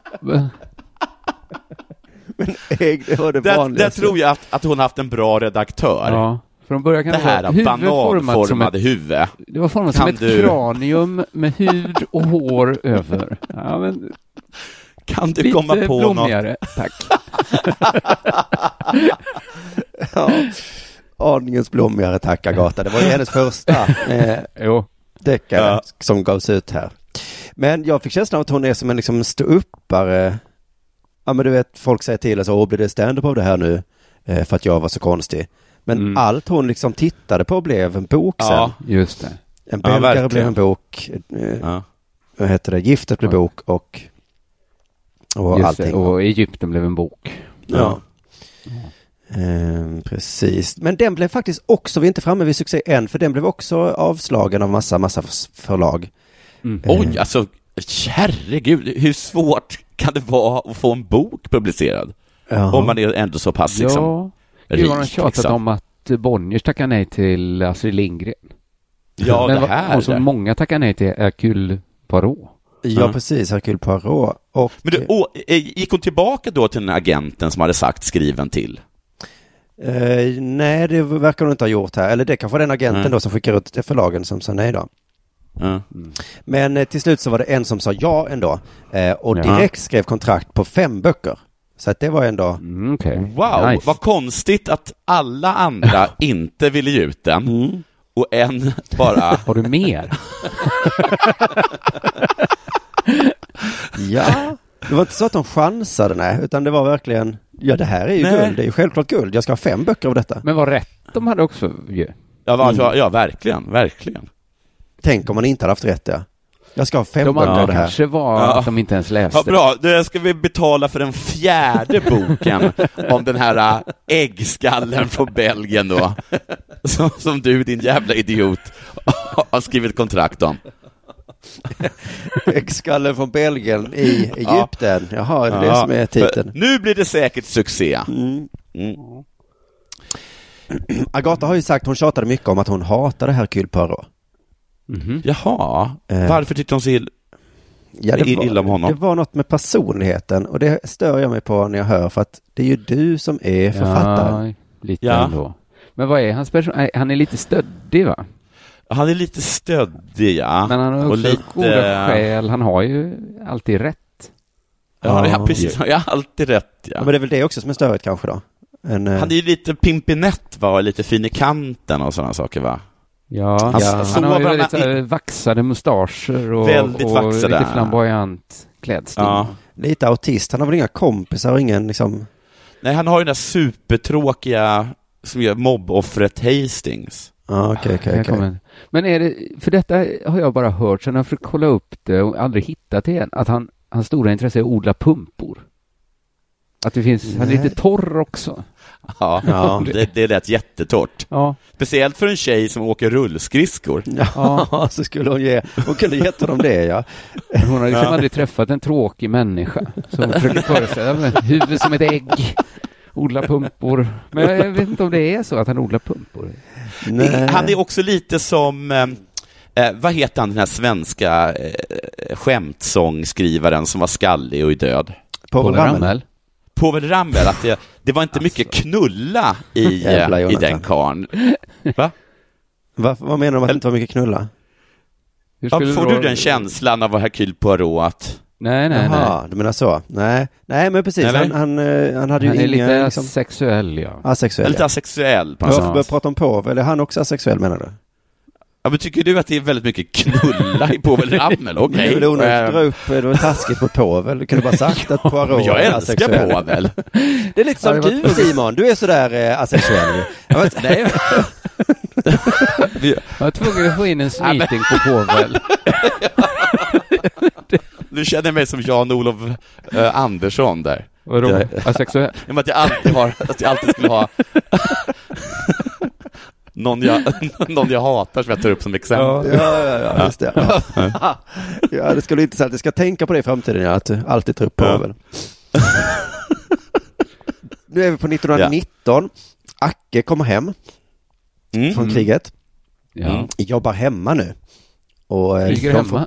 Men ägg, det var det vanligaste. Där tror jag att hon haft en bra redaktör. Ja. Från början kan det här bananformade huvud. Det var format som ett kranium med hud och hår över. Ja, men kan du komma på blommigare, något? Tack. Ja, aningens blommigare, tack Agatha. Det var ju hennes första. Jo. deckare som gavs ut här. Men jag fick känslan av att hon är som en liksom ståuppare. Ja, men du vet, folk säger till oss, blir det stand-up av det här nu? För att jag var så konstig. Men allt hon liksom tittade på blev en bok sen. Ja, just det. En belgare blev en bok. Vad heter det? Giftet blev bok och allting. Det, och Egypten blev en bok. Ja. Precis. Men den blev faktiskt också, vi är inte framme vid succé än, för den blev också avslagen av massa förlag. Oj, alltså herregud, hur svårt kan det vara att få en bok publicerad? Om man är ändå så pass liksom rik. Har de tjatat liksom om att Bonniers tackar nej till Astrid Lindgren. Ja, men det här. Och så många tackar nej till Hercule Poirot. Ja, precis, Hercule Poirot. Men gick hon tillbaka då till den agenten som hade sagt skriven till? Nej, det verkar hon inte ha gjort här. Eller det kanske var den agenten då som skickar ut till förlagen som sa nej då. Men till slut så var det en som sa ja ändå. Och direkt skrev kontrakt på 5 böcker. Så att det var ändå... Wow, nice. Vad konstigt att alla andra inte ville ge ut den. Och en bara... Har du mer? Ja, det var inte så att de chansade, nej. Utan det var verkligen... Ja, det här är ju guld. Det är ju självklart guld. Jag ska ha 5 böcker av detta. Men vad rätt de hade också ju. Ja, verkligen. Tänk om man inte hade haft rätt, ja. Jag ska ha 5 böcker av det här. Kanske var att de inte ens läste. Ja, bra. Då ska vi betala för den 4:e boken om den här äggskallen från Belgien då. Som du, din jävla idiot, har skrivit kontrakt om. Äggskallen från Belgien i Egypten. Jaha, det är det som är titeln. Nu blir det säkert succé. Agatha har ju sagt, hon tjatade mycket om att hon hatade Hercule Poirot. Jaha, varför tyckte hon så illa om honom? Det var något med personligheten, och det stör jag mig på när jag hör, för att det är ju du som är författaren. Ja, lite ändå. Men vad är hans person? Han är lite stöddig, va? Han är lite stöddig, ja. Men han har också lite goda skäl. Han har ju alltid rätt. Ja, precis. Han har alltid rätt, ja. Men det är väl det också som är störigt kanske då? Han är ju lite pimpinett, va? Lite fin i kanten och sådana saker, va? Ja, han har ju väldigt vaxade mustascher och lite flamboyant klädstil. Ja. Lite autist. Han har väl inga kompisar och ingen liksom... Nej, han har ju den där supertråkiga som gör mobboffret Hastings. Okej. Men är det, för detta har jag bara hört, så när jag försökt kolla upp det och aldrig hittat det igen, att hans stora intresse är att odla pumpor. Att det finns, han är lite torr också. Ja, det är rätt jättetort. Ja. Speciellt för en tjej som åker rullskridskor. Ja, så skulle hon kunde gett dem det, ja. Hon har liksom aldrig träffat en tråkig människa som försöker föreställa med huvud som ett ägg, odla pumpor. Men jag vet inte om det är så att han odlar pumpor. Nej. Han är också lite som... vad heter han, den här svenska skämtsångskrivaren som var skallig och är död? Povel Ramel. Povel Ramel, att det var inte mycket knulla i den karn. Va? Vad menar du med att det inte var mycket knulla? Får du den känslan av Hercule Poirot? Nej. Jaha, du menar så? Nej, men precis. Han hade ju är lite liksom... asexuell, ja. Asexuell. Lite asexuell. Varför börjar prata om Povel? Är han också asexuell, menar du? Ja, men tycker du att det är väldigt mycket knulla i Povel Ramel? Okej. Det var taskigt mot Povel. Du kunde bara sagt att Poirot jag älskar Povel. Det är lite som du, Simon. Du är sådär asexuell. Nej. Jag var tvungen att få in en snyting på Povel. Du känner mig som Jan-Olof Andersson där. Vadå? Asexuell? Att jag alltid skulle ha någon jag hatar som jag tar upp som exempel. Ja, just det. Ja, det skulle inte säga att jag ska tänka på det i framtiden, att du alltid tar upp Povel. Nu är vi på 1919. Acke kommer hem från kriget. Jobbar hemma nu. Och flyger hemma.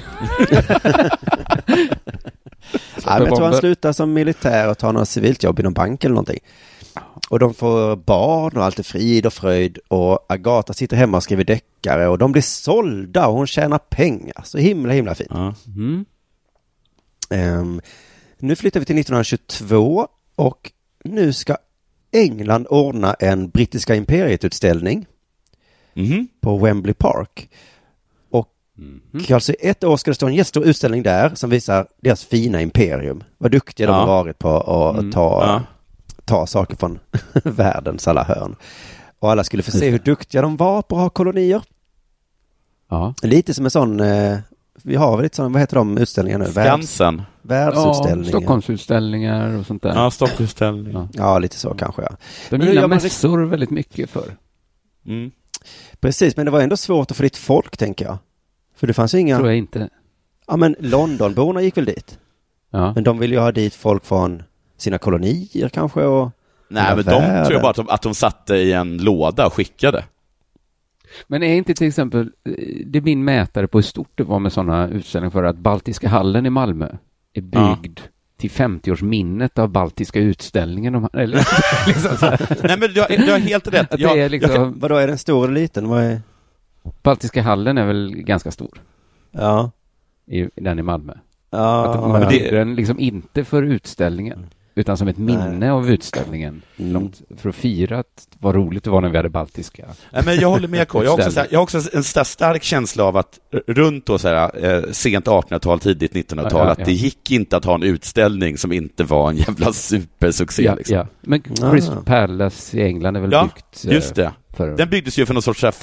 Jag tror han slutar som militär och tar något civilt jobb inom bank eller någonting. Och de får barn och allt är frid och fröjd. Och Agatha sitter hemma och skriver deckare. Och de blir sålda och hon tjänar pengar. Så himla fint. Nu flyttar vi till 1922. Och nu ska England ordna en brittiska imperiet-utställning på Wembley Park. Och Alltså 1 år ska det stå en jättestor utställning där som visar deras fina imperium. Vad duktiga de har varit på att ta saker från världens alla hörn. Och alla skulle få se hur duktiga de var på att ha kolonier. Ja. Lite som en sån, vi har väl lite sån, vad heter de utställningar nu? Skansen. Världsutställningar. Stockholmsutställningar och sånt där. Ja, Stockholmsutställningar. Ja, lite så kanske, ja. De gillar mässor väldigt mycket för. Precis, men det var ändå svårt att få dit folk, tänker jag. För det fanns ju inga... Tror jag inte. Ja, men Londonborna gick väl dit. Ja. Men de vill ju ha dit folk från sina kolonier kanske och... Nej, men de tror jag bara att de satte i en låda och skickade. Men är inte till exempel, det är min mätare på hur stort det var med sådana utställningar för att Baltiska hallen i Malmö är byggd till 50-årsminnet av Baltiska utställningen. Eller, liksom så här. Nej, men du har helt rätt. Att det är liksom, vadå, är den stor eller liten? Vad är... Baltiska hallen är väl ganska stor. Ja. Den i Malmö. Ja. Att man bygger den liksom inte för utställningen. Utan som ett minne av utställningen. Långt för att fira att vad roligt det var när vi hade baltiska. Nej, men jag håller med, K. Jag har också en stark känsla av att runt då så här, sent 1800-tal, tidigt 1900-tal, att det gick inte att ha en utställning som inte var en jävla supersuccé. Ja, liksom. ja. Men Crystal Palace i England är väl byggt... just det. Den byggdes ju för någon sorts så här,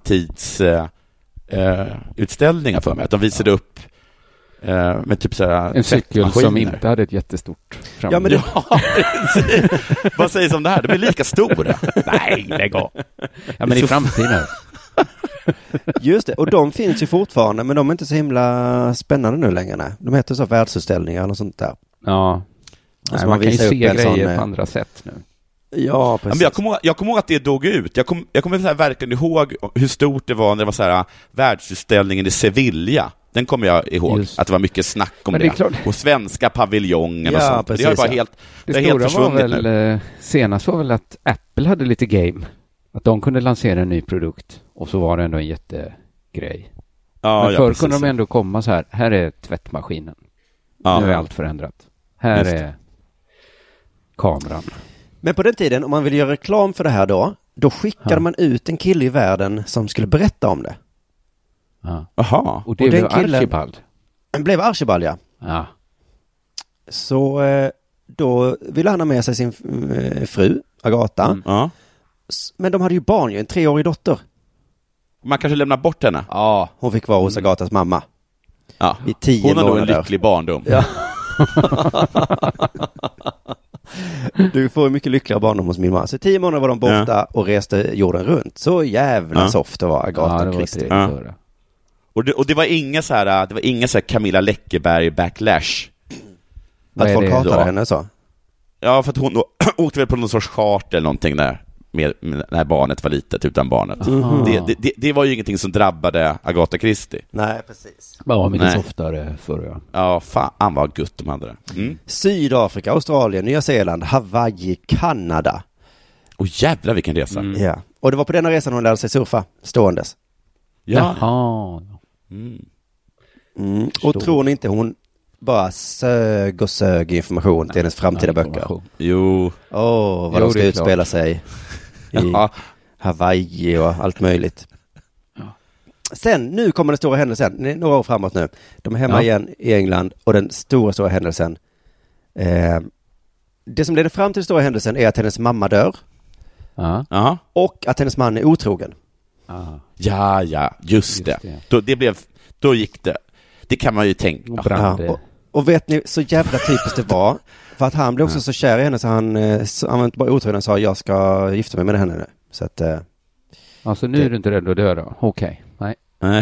framtidsutställningar för mig. Att de visade upp med typ så här, en cykel som inte hade ett jättestort fram. Ja, men det... Vad sägs om det här? De är lika stora. Nej, lägg av. Ja, men i framtiden. Just det, och de finns ju fortfarande, men de är inte så himla spännande nu längre. Nej. De heter så världsutställningar och sånt där. Ja. Alltså man kan ju se grejer på andra sätt nu. Ja, precis. Ja, men jag kommer ihåg att det dog ut. Jag kommer så här verkligen ihåg hur stort det var när det var så här världsutställningen i Sevilla. Den kommer jag ihåg, just. Att det var mycket snack om det. Och svenska paviljongen och sånt. Precis, det har bara helt, det helt försvunnit var väl, nu. Senast var väl att Apple hade lite game. Att de kunde lansera en ny produkt. Och så var det ändå en jättegrej. Ja, men förr kunde de ändå komma så här är tvättmaskinen. Ja. Nu är allt förändrat. Här är kameran. Men på den tiden, om man ville göra reklam för det här då skickade man ut en kille i världen som skulle berätta om det. Ja. Aha. Och det blev Archibald. Han blev Archibald, ja. Ja. Så då ville han ha med sig sin fru, Agatha. Ja. Men de hade ju barn, ju en 3-årig dotter. Man kanske lämnar bort henne. Ja, hon fick vara hos Agatas mamma. Ja. I 10 månader. Hon har nog en lycklig barndom. Ja. Du får mycket lyckligare barndom hos min mamma. Så 10 månader var de borta och reste jorden runt. Så jävla soft det var Agatha Christie. Och det var inga så här, Camilla Läckberg backlash. Att folk hatade henne så. Ja, för att hon då åkte väl på någon sorts chart eller någonting där med när barnet var litet utan barnet. Det var ju ingenting som drabbade Agatha Christie. Nej, precis. Ja, mycket softare förra. Ja, fan vad gött de hade det. Sydafrika, Australien, Nya Zeeland, Hawaii, Kanada. Och jävlar vilken resa. Ja. Och det var på denna resan hon lärde sig surfa ståendes. Ja. Och tror ni inte hon bara sög information till hennes framtida böcker? Jo. Vad de ska utspela sig i Hawaii och allt möjligt. Sen, nu kommer den stora händelsen. Några år framåt nu. De är hemma igen i England och den stora händelsen. Det som leder fram till den stora händelsen är att hennes mamma dör. Och att hennes man är otrogen. Ja, just det. Då gick det. Det kan man ju tänka. Och vet ni, så jävla typiskt det var. För att han blev också så kär i henne så han var inte bara otrogen, han sa jag ska gifta mig med henne nu. Så att... alltså nu är du inte rädd att dö då? Okej. Nej.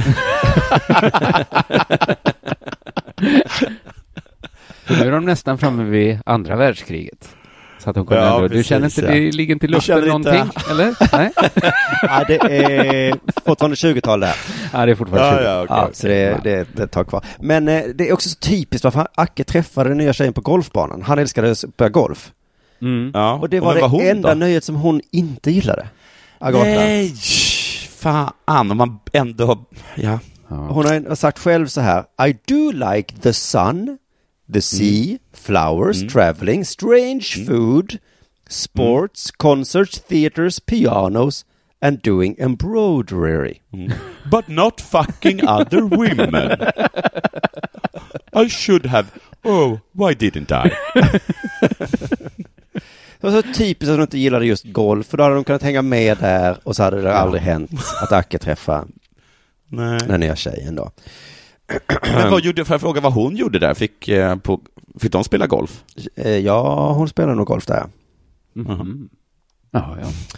För nu är de nästan framme vid andra världskriget. Så att hon kunde ändå... Du känner inte, det ligger inte i luften någonting, eller? Nej? Ja, det är fortfarande 20-tal där. Ja, det är fortfarande 20. Okay. Så det tar kvar. Men det är också så typiskt varför Acke träffade den nya tjejen på golfbanan. Han älskade att spela golf. Och det var det enda nöjet som hon inte gillade. Agatha. Nej, fan. Om man ändå... Ja. Hon har sagt själv så här: I do like the sun, the sea, flowers, traveling, strange food, sports, concerts, theaters, pianos and doing embroidery. But not fucking other women. I should have... Oh, why didn't I? Det var så typiskt att de inte gillade just golf, för då hade de kunnat hänga med där och så hade det aldrig hänt att Acke träffade den nya tjejen då. Men får jag fråga vad hon gjorde där? Fick de spela golf? Ja, hon spelade nog golf där. Mm. Ja.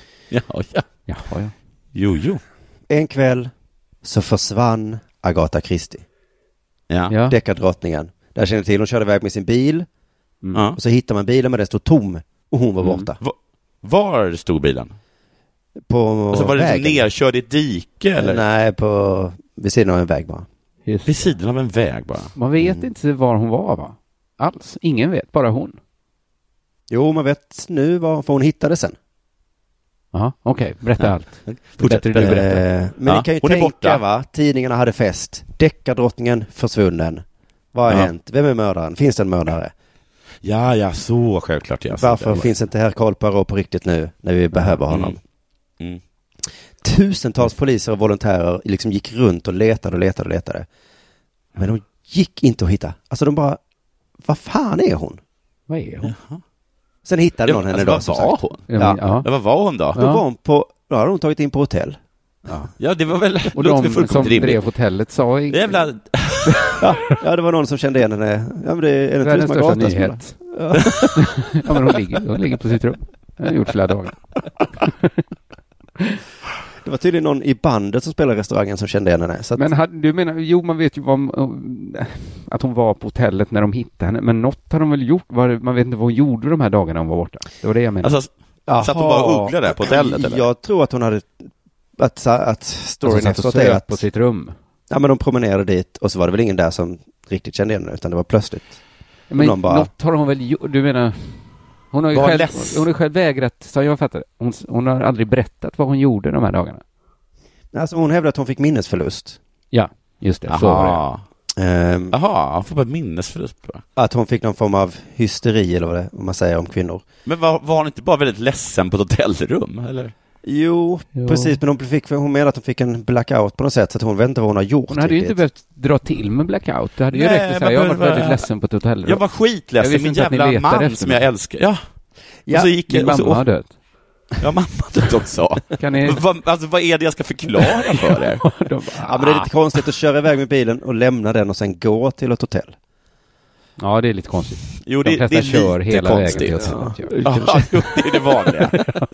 Jo. En kväll så försvann Agatha Christie. Ja. Deckardrottningen. Där kände till, hon körde iväg med sin bil. Och så hittade man bilen, men den stod tom. Och hon var borta. Var stod bilen? På alltså var det vägen. Nerkörd i ett dike? Eller? Nej, vid sidan av en väg bara. Just. Vid sidan av en väg bara? Man vet inte var hon var, va? Alls. Ingen vet, bara hon. Jo, man vet nu för hon hittade sen. Jaha, okej. Berätta allt. Fortsätt. Men ni kan ju tänka, va? Tidningarna hade fest. Deckardrottningen försvunnen. Vad har hänt? Vem är mördaren? Finns det en mördare? Ja, så självklart. Ja. Varför finns inte herr Karl Poirot på riktigt nu när vi behöver honom? Tusentals poliser och volontärer liksom gick runt och letade. Men de gick inte att hitta. Alltså de bara, vad fan är hon? Vad är hon? Jaha. Sen hittade någon henne då. Vad var hon? Ja. Vad var hon då? Då var hon då hade hon tagit in på hotell. Ja, det var väl... Och de som drev hotellet sa... Jävla... Ja, det var någon som kände igen henne. Ja, men det är en den största nyhet. Ja, men hon ligger på sitt rum. Det har gjort flera dagar. Det var tydligen någon i bandet som spelade i restaurangen som kände igen henne. Så att... Men du menar, man vet ju att hon var på hotellet när de hittade henne. Men något har de väl gjort? Man vet inte vad hon gjorde de här dagarna hon var borta. Det var det jag menade. Alltså, satt hon bara och ugglade där på hotellet? Eller? Jag tror att hon hade... Att storyn alltså, efteråt är att... på sitt rum. Ja, men de promenerade dit och så var det väl ingen där som riktigt kände igen henne, utan det var plötsligt. Men något har hon väl gjort? Du menar... Hon har ju själv vägrat, så jag fattar. Hon har aldrig berättat vad hon gjorde de här dagarna. Alltså hon hävdade att hon fick minnesförlust. Ja, just det. Så var det. Jaha, hon får bara minnesförlust. Att hon fick någon form av hysteri eller vad man säger om kvinnor. Men var hon inte bara väldigt ledsen på ett hotellrum, eller? Jo, precis, men hon menade att hon fick en blackout på något sätt, så att hon vet inte vad hon har gjort. Hon hade ju inte behövt dra till med blackout. Det hade ju räckt att säga, jag var väldigt ledsen på ett hotellrum. Jag var skitledsen, min jävla man som jag älskar. Ja. Och så gick min mamma har dött. Ja, mamma dött också. Kan ni... vad är det jag ska förklara för er? Ja, men det är lite konstigt att köra iväg med bilen och lämna den och sen gå till ett hotell. Ja, det är lite konstigt. Jo, det är kör lite hela konstigt. Vägen till hotellet. Ja, det är det vanliga.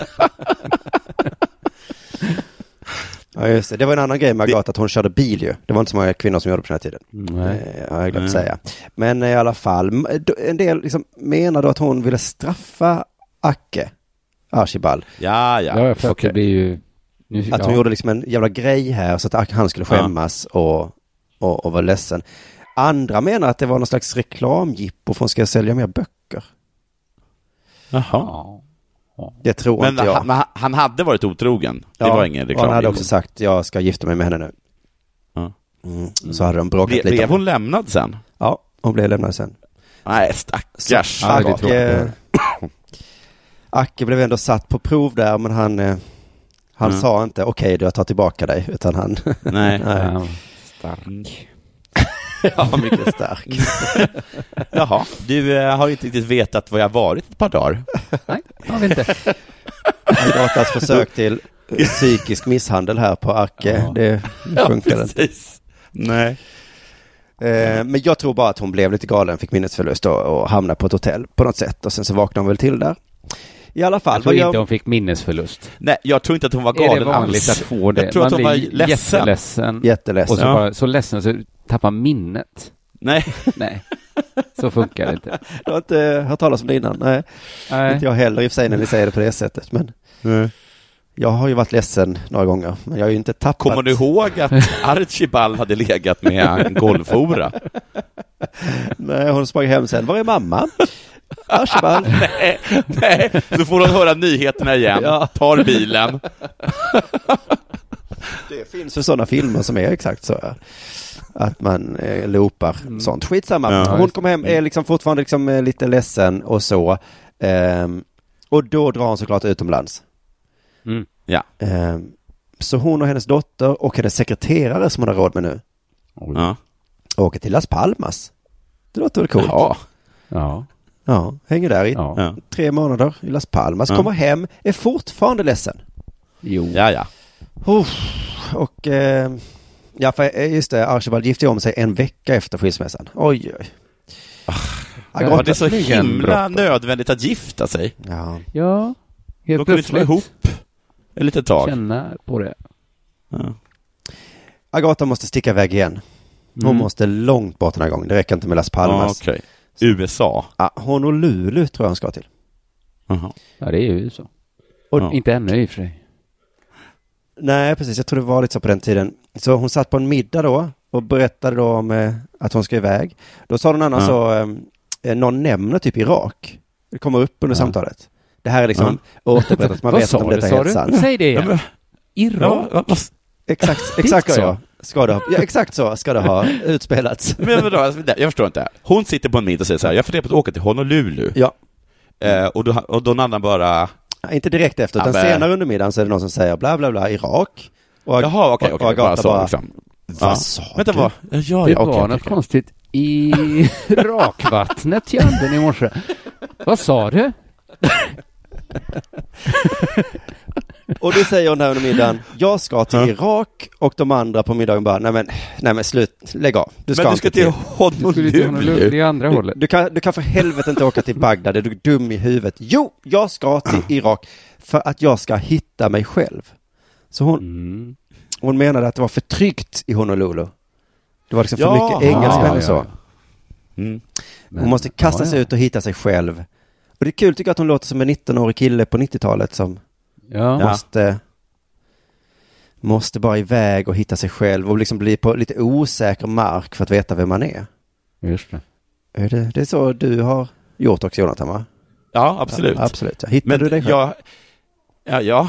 Ja, just det. Det var en annan grej med Agatha, att hon körde bil ju. Det var inte så många kvinnor som gjorde på den här tiden. Nej. Jag har glömt säga. Men i alla fall, en del liksom menar då att hon ville straffa Acke Archibald. Ja, för det blir ju... Att hon gjorde liksom en jävla grej här så att han skulle skämmas och vara ledsen. Andra menar att det var någon slags reklamgippo för hon ska sälja mer böcker. Jaha. Det tror inte jag. Men han hade varit otrogen. Det var ingen reklam. Han hade också sagt, jag ska gifta mig med henne nu. Så hade de bråkat lite. Blev hon lämnad sen? Ja, hon blev lämnad sen. Nej, stackars. Acke blev ändå satt på prov där, men han sa inte, okej, jag tar tillbaka dig, utan han... Nej. Stark. Ja, mycket stark. Jaha, du har inte riktigt vetat vad jag varit ett par dagar. Nej, har vi inte. Agatas försök till psykisk misshandel här på Acke, det funkar inte. Nej. Men jag tror bara att hon blev lite galen, fick minnesförlust och hamnade på ett hotell på något sätt, och sen så vaknade hon väl till där. I alla fall. Jag tror inte hon fick minnesförlust. Nej, jag tror inte att hon var galen alls. Är det vanligt att få det? Jag tror att hon var ledsen. Jätteledsen. Och så, bara, så ledsen så tappar minnet. Nej. Så funkar det inte. Jag har inte hört talas om det innan. Nej. Inte jag heller i och för sig när ni säger det på det sättet. Men jag har ju varit ledsen några gånger. Men jag har ju inte tappat. Kommer du ihåg att Archibald hade legat med en golfhora? Nej, hon sprang hem sen. Var är mamma? Archibald. Nej. Så får hon höra nyheterna igen. Ja. Tar bilen. Det finns ju sådana filmer som är exakt så. Att man loopar sånt. Skitsamma. Ja, hon kommer hem, är liksom fortfarande liksom lite ledsen och så. Och då drar hon såklart utomlands. Ja. Så hon och hennes dotter och hennes sekreterare som hon har råd med nu åker till Las Palmas. Det låter väl coolt? Ja, hänger där i 3 månader i Las Palmas. Kommer hem, är fortfarande ledsen. Jo. Ja. Och för just det, Archibald gifte om sig en vecka efter skilsmässan. Oj. Var det så himla nödvändigt att gifta sig? Ja. De kunde inte vara ihop ett litet tag. Känna på det. Ja. Agatha måste sticka iväg igen. Hon måste långt bort den här gången. Det räcker inte med Las Palmas. Okay. USA. Honolulu tror jag han ska till. Ja, det är ju så. Och inte ännu i och för sig. Nej, precis. Jag tror det var lite så på den tiden. Så hon satt på en middag då och berättade då om att hon ska iväg. Då sa någon annan så någon nämner typ Irak. Det kommer upp under samtalet. Det här är liksom återberättat. Man vet inte om det är helt sant. Säg det igen. Irak. Exakt så. Exakt så ska det ha utspelats. Men vadå, jag förstår inte. Hon sitter på en middag och säger så här: jag funderar på att åka till Honolulu. Ja. Och då annan bara... Inte direkt efter, utan senare under middagen så är det någon som säger bla bla bla, Irak. Och jaha, okej. Agatha bara, liksom. Vad sa du? Det var något konstigt i rakvattnet i anden i morse. Vad sa du? Och då säger hon där under middagen: jag ska till Irak. Och de andra på middagen bara, nej men slut, lägg av. Du ska till Honolulu. Det andra hållet. Du kan för helvete inte åka till Bagdad. Är du dum i huvudet? Jo, jag ska till Irak för att jag ska hitta mig själv. Så hon menade att det var för tryggt i Honolulu. Det var liksom för mycket engelsmän och så. Hon måste kasta sig ut och hitta sig själv. Och det är kul tycker jag att hon låter som en 19-årig kille på 90-talet som måste bara iväg och hitta sig själv och liksom bli på lite osäker mark för att veta vem man är. Just det. Det är så du har gjort också, Jonathan, va? Ja, absolut. Ja, absolut. Hittade du dig själv? Ja.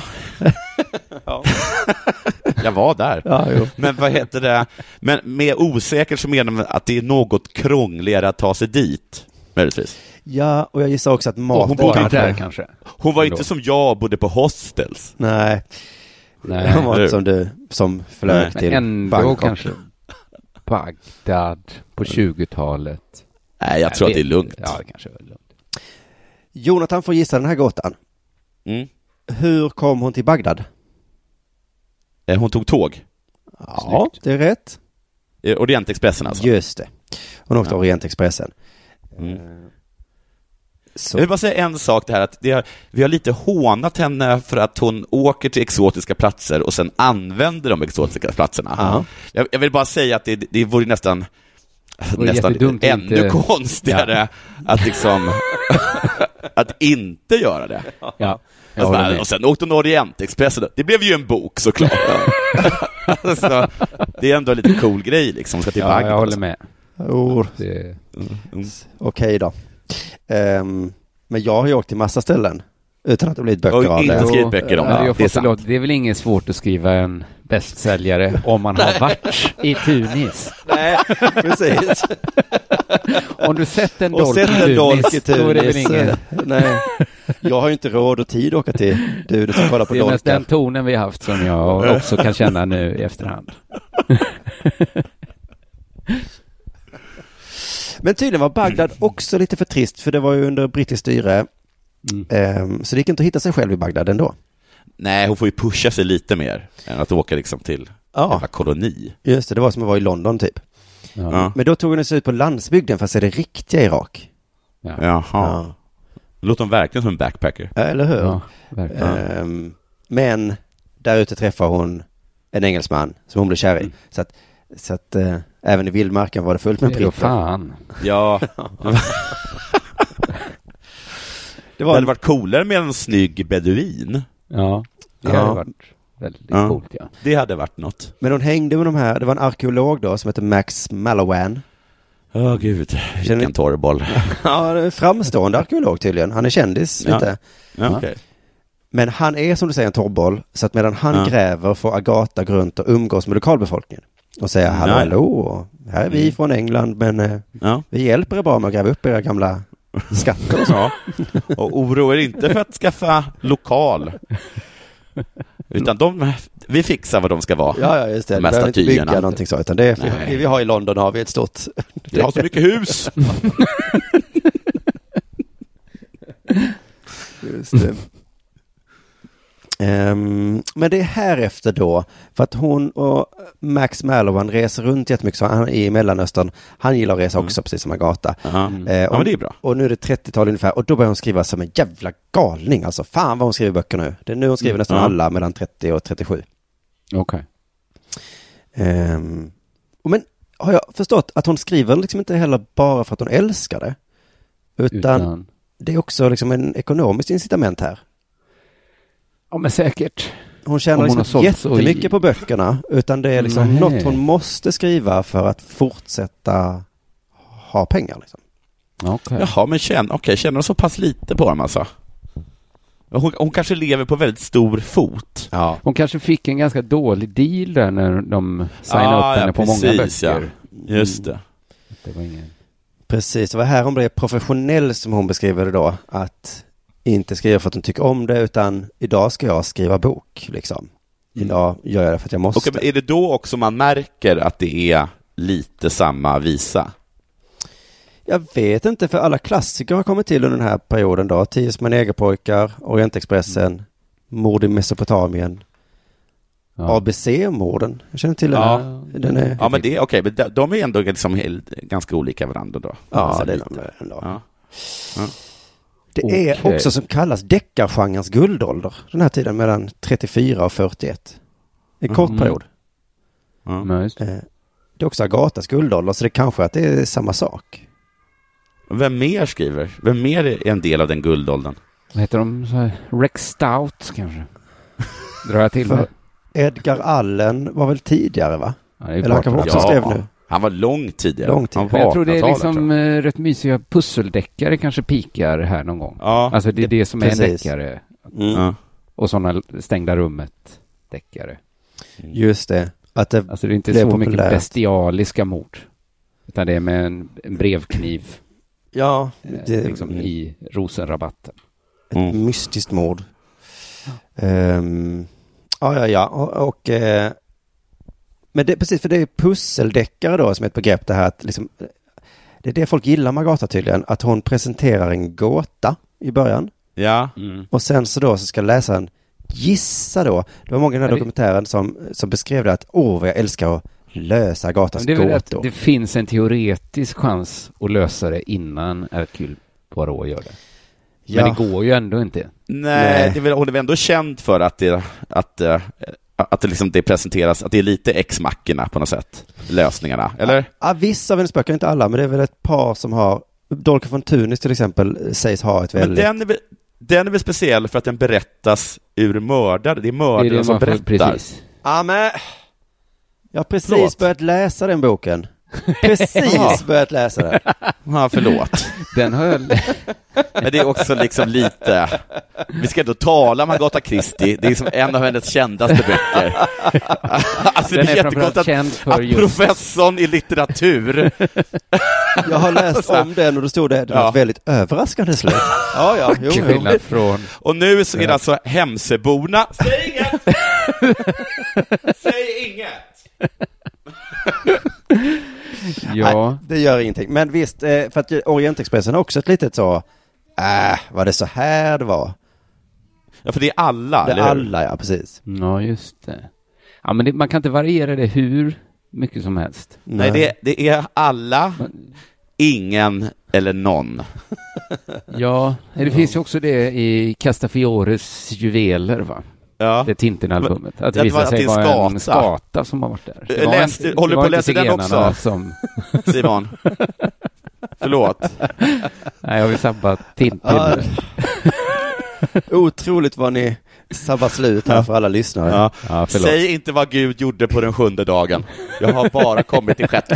Jag var där. Men vad heter det? Men med osäker så menar man att det är något krångligare att ta sig dit, möjligtvis. Ja, och jag gissar också att hon bodde där kanske. Hon var inte som jag, bodde på hostels. Nej. Hon var inte som du som flög till ändå Bangkok. Kanske Bagdad på 20-talet. Nej, jag tror att det är lugnt. Ja, det kanske är lugnt. Jonathan får gissa den här gåtan. Hur kom hon till Bagdad? Hon tog tåg. Ja, det är rätt. Orientexpressen alltså. Just det. Hon åkte Orientexpressen. Jag vill bara säga en sak det här, att vi har lite hånat henne för att hon åker till exotiska platser och sen använder de exotiska platserna. Jag vill bara säga att det vore nästan ännu konstigare att liksom att inte göra det. Ja. Och sen åkte hon Orientexpressen. Det blev ju en bok såklart. Så, det är ändå en lite cool grej liksom. Ska till Bagdad. Jag håller med. Okej då. Men jag har ju åkt till massa ställen utan att det blivit böcker av det. Inte skrivit böcker om det. Det är väl ingen svårt att skriva en bästsäljare om man har varit i Tunis. Nej, precis. Om du sett en dolk i Tunis, då är det väl ingen... Nej, jag har ju inte råd och tid att åka till du som kollar på dolkar. Det är mest den tonen vi har haft som jag också kan känna nu i efterhand. Men tydligen var Bagdad också lite för trist, för det var ju under brittiskt styre. Så det gick inte att hitta sig själv i Bagdad ändå. Nej, hon får ju pusha sig lite mer än att åka liksom till en koloni. Just det var som att vara i London typ. Men då tog hon sig ut på landsbygden för att se det riktiga Irak. Jaha. Det låter verkligen som en backpacker. Eller hur? Ja, men där ute träffar hon en engelsman som hon blev kär i. Så att även i vildmarken var det fullt med britter. Fan. Ja. Det hade varit coolare med en snygg beduin. Ja, det hade varit väldigt coolt, ja. Det hade varit något. Men hon hängde med de här, det var en arkeolog då som heter Max Mallowan. Gud, vilken torrboll. Ja, framstående arkeolog tydligen. Han är kändis lite. Ja, okay. Men han är som du säger en torrboll, så att medan han gräver får Agatha gå runt och umgås med lokalbefolkningen. Och säga hallå, här är vi från England, men vi hjälper er bara med att gräva upp era gamla skatter och så. Och oroa er inte för att skaffa lokal. Utan vi fixar vad de ska vara. Ja, just det. Vi behöver inte bygga någonting så, utan det är, vi har i London har vi ett stort... Vi har så mycket hus. Just det. Men det är här efter då, för att hon och Max Mallowan reser runt jättemycket så han, i Mellanöstern. Han gillar att resa också, precis som Agatha. Men det är bra. Och nu är det 30-tal ungefär, och då börjar hon skriva som en jävla galning. Alltså fan vad hon skriver böcker nu. Det är nu hon skriver nästan alla mellan 30 och 37. Okej. Men har jag förstått att hon skriver liksom inte heller bara för att hon älskar det, utan det är också liksom en ekonomisk incitament här. Ja, men säkert. Hon tjänar liksom jättemycket på böckerna, utan det är liksom något hon måste skriva för att fortsätta ha pengar liksom. Okay. Jaha, men känner hon så pass lite på dem alltså? Hon kanske lever på väldigt stor fot. Ja. Hon kanske fick en ganska dålig deal där när de signade upp henne på många böcker. Ja. Just det. Det var ingen... Precis, det var här hon blev professionell som hon beskriver det då. Att inte skriva för att hon tycker om det, utan idag ska jag skriva bok liksom. Idag gör jag det för att jag måste. Okej, men är det då också man märker att det är lite samma visa? Jag vet inte, för alla klassiker har kommit till under den här perioden då. 10 små negerpojkar, Orientexpressen, Mord i Mesopotamien, ABC-morden. Jag känner till den. Ja, men det är okej, men de är ändå liksom ganska olika varandra då. Ja, det är de ändå. Ja. Det är också som kallas deckargenrens guldålder, den här tiden mellan 34 och 41. En kort period. Det är också Agathas guldålder, så det kanske att det är samma sak. Vem mer skriver? Vem mer är en del av den guldåldern? Vad heter de? Så här, Rex Stout kanske? Drar jag till för Edgar Allen var väl tidigare, va? Ja, eller han kanske också skrev nu. Han var långt tidigare. Jag tror det är liksom rätt mysiga pusseldeckare kanske pikar här någon gång. Ja, alltså det är det som är en deckare. Och sådana stängda rummet deckare. Just det. Att det alltså det är inte så mycket bestialiska mord. Utan det är med en brevkniv. Ja. Det liksom i rosenrabatten. Ett mystiskt mord. Men det precis, för det är pusseldeckare då som är ett begrepp, det här att liksom, det är det folk gillar med Agatha tydligen, att hon presenterar en gåta i början. Ja. Och sen så ska läsaren gissa då. Det var många i den här dokumentären som beskrev det att vad jag älskar att lösa Agathas gåtor. Det finns en teoretisk chans att lösa det innan Hercule Poirot gör det. Men det går ju ändå inte. Nej. Hon är väl ändå känd för att det liksom det presenteras, att det är lite ex-mackorna på något sätt, lösningarna, eller? Ja, vissa av hennes böcker, inte alla, men det är väl ett par som har, Dolce von Tunis till exempel sägs ha ett väldigt... Men den är väl speciell för att den berättas ur mördare, det är mördare som berättar. Precis. Ja, men jag har precis börjat läsa den boken. Precis börjat läsa den. Ja, förlåt. Den har jag... Men det är också liksom lite... Vi ska ändå tala om Agatha Christie. Det är liksom en av hennes kändaste böcker. Alltså den det är jättekonstigt känd för att professorn i litteratur... Jag har läst om den och då stod det var väldigt överraskande slut. Ja. Från... Och nu så är det alltså Hemseborna. Säg inget! Säg inget! Ja. Nej, det gör ingenting. Men visst, för att Orientexpressen har också ett litet så var det så här det var? Ja, för det är alla. Det är alla, ja, precis. Ja, just det. Ja, men man kan inte variera det hur mycket som helst. Nej, det är alla, ingen eller någon. Ja, det finns ju också det i Castafiores juveler, va? Ja. Det Tintin-albumet. Att det visar sig vara en skata som har varit där. Håller du på att läsa den också? Simon. Förlåt. Nej, jag vill sabba Tintin. Otroligt vad ni sabbar slut här för alla lyssnare. Ja, säg inte vad Gud gjorde på den 7:e dagen. Jag har bara kommit till 6:e.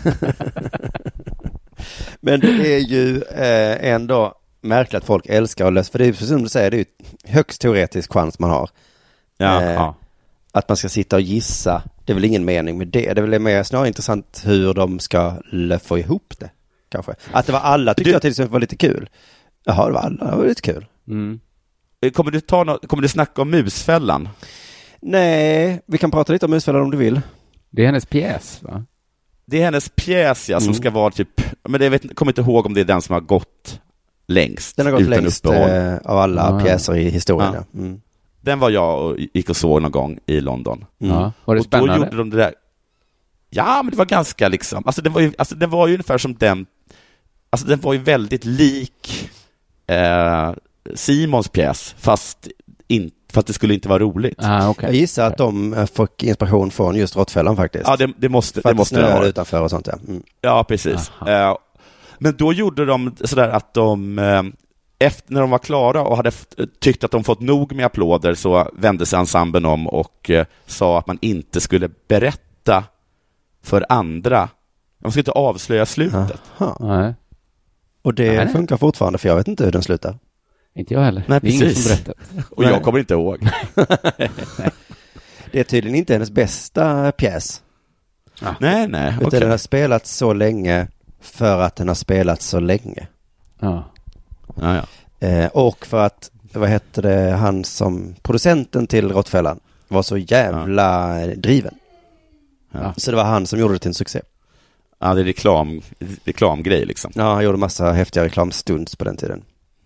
Men det är ju ändå märkligt att folk älskar att läsa. För det är, som du säger, det är ju högst teoretisk chans man har. Att man ska sitta och gissa. Det är väl ingen mening med det. Det är väl mer snarare intressant hur de ska få ihop det. Kanske. Att det var alla tyckte jag till exempel var lite kul. Jaha, det var alla. Det var lite kul. Kommer du snacka om Musfällan? Nej, vi kan prata lite om Musfällan om du vill. Det är hennes pjäs, va? Det är hennes pjäs, ja, som ska vara typ... Men jag kommer inte ihåg om det är den som har gått längst. Den har gått längst av alla pjäser i historien. Ja. Mm. Den var jag och gick och såg någon gång i London. Ja. Var det spännande? Och då gjorde de det där... Ja, men det var ganska liksom... Alltså det var ju ungefär som den... Alltså den var ju väldigt lik Simons pjäs, fast det skulle inte vara roligt. Okay. Jag gissar att de fick inspiration från just Råttfällan faktiskt. Ja, det måste det vara utanför och sånt. Ja, ja precis. Men då gjorde de sådär att de när de var klara och hade tyckt att de fått nog med applåder, så vände sig ensemblen om och sa att man inte skulle berätta för andra. Man skulle inte avslöja slutet. Nej. Och det funkar fortfarande, för jag vet inte hur den slutar. Inte jag heller. Nej, det är ingen som berättar. Och jag kommer inte ihåg. Det är tydligen inte hennes bästa pjäs. Nej. Utan den har spelat så länge för att den har spelat så länge. Ja. Och för att, han som producenten till Råttfällan var så jävla driven. Ja. Så det var han som gjorde det till en succé. Ja, det är reklamgrej liksom. Ja, han gjorde massa häftiga reklamstunds på den tiden.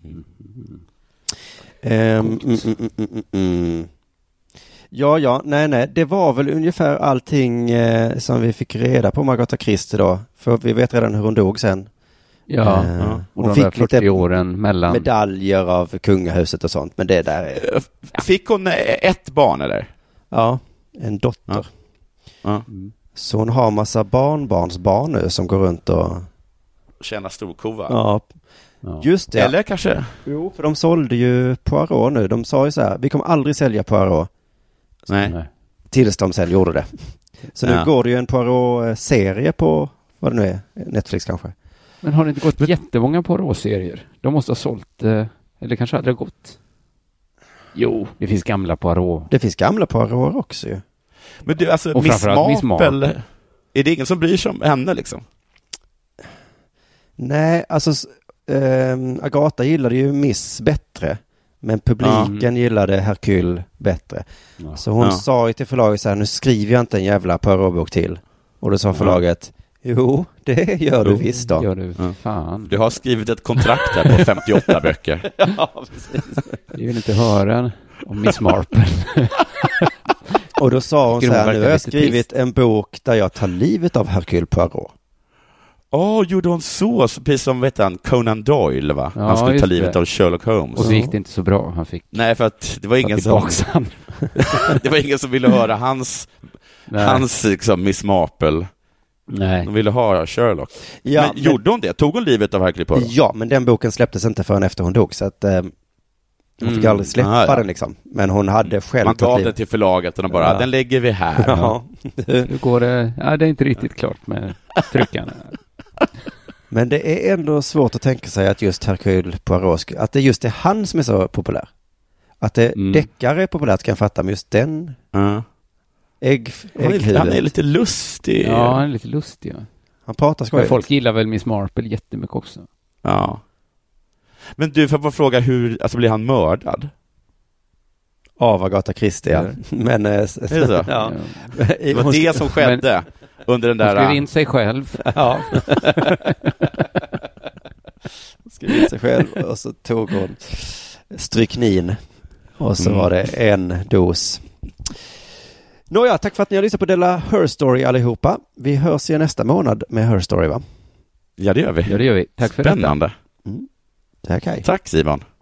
Nej, det var väl ungefär allting som vi fick reda på om Agatha Christie då. För vi vet redan hur hon dog sen. Hon fick 40 åren mellan medaljer av kungahuset och sånt, men det där är... Fick hon ett barn eller? Ja, en dotter. Ja. Så hon har massa barnbarnsbarn nu som går runt och tjänar storkova. Ja. Just det. Eller kanske? Jo, för de sålde ju Poirot nu. De sa ju så här, vi kommer aldrig sälja Poirot. Nej. Tills de sen gjorde det. Så nu går det ju en Poirot-serie på, vad det nu är, Netflix kanske. Men har det inte gått jättemånga Poirot-serier? De måste ha sålt, eller kanske aldrig gått. Jo, det finns gamla Poirot. Det finns gamla Poirot också ju. Men du, alltså Miss Marple, är det ingen som bryr sig om henne liksom? Nej, alltså Agatha gillade ju Miss bättre, men publiken gillade Hercule bättre. Ja. Så hon sa ju till förlaget så här, nu skriver jag inte en jävla Poirot-bok till. Och då sa förlaget, jo, det gör du visst då. Gör du, fan. Du har skrivit ett kontrakt här på 58 böcker. Ja, precis. Jag vill inte höra om Miss Marple. Och då sa hon så här, nu har jag skrivit en bok där jag tar livet av Hercule Poirot. Gjorde hon så? Precis som Conan Doyle, va? Han skulle ta livet av Sherlock Holmes. Och så gick det inte så bra. Han fick... Nej, för att det var ingen som... det var ingen som ville höra hans liksom, Miss Marple. Nej. De ville höra Sherlock. Ja, men gjorde hon det? Tog hon livet av Hercule Poirot? Ja, men den boken släpptes inte förrän efter hon dog, så att... Hon fick aldrig släppa den liksom. Men hon hade själv... Man gav den till förlaget och de bara, den lägger vi här. Ja. Hur går det? Ja, det är inte riktigt klart med tryckarna. Men det är ändå svårt att tänka sig att just Hercule Poirot, att det just är han som är så populär. Att det deckare är populärt kan jag fatta, men just den ägghuvudet. Han är lite lustig. Ja, han är lite lustig. Ja. Han pratar skojigt. Folk gillar väl Miss Marple jättemycket också. Ja. Men du, får jag fråga blir han mördad? Av Agatha Christie, ja. Men är det så? Ja. Det var det som skedde under den där... Hon skrev in sig själv. Ja. Skrev in sig själv och så tog hon stryknin och så var det en dos. Nåja, tack för att ni har lyssnat på Della Her Story allihopa. Vi hörs igen nästa månad med Her Story, va? Ja, det gör vi. Ja, det gör vi. Tack för Spännande. Tack, hej. Tack, Simon.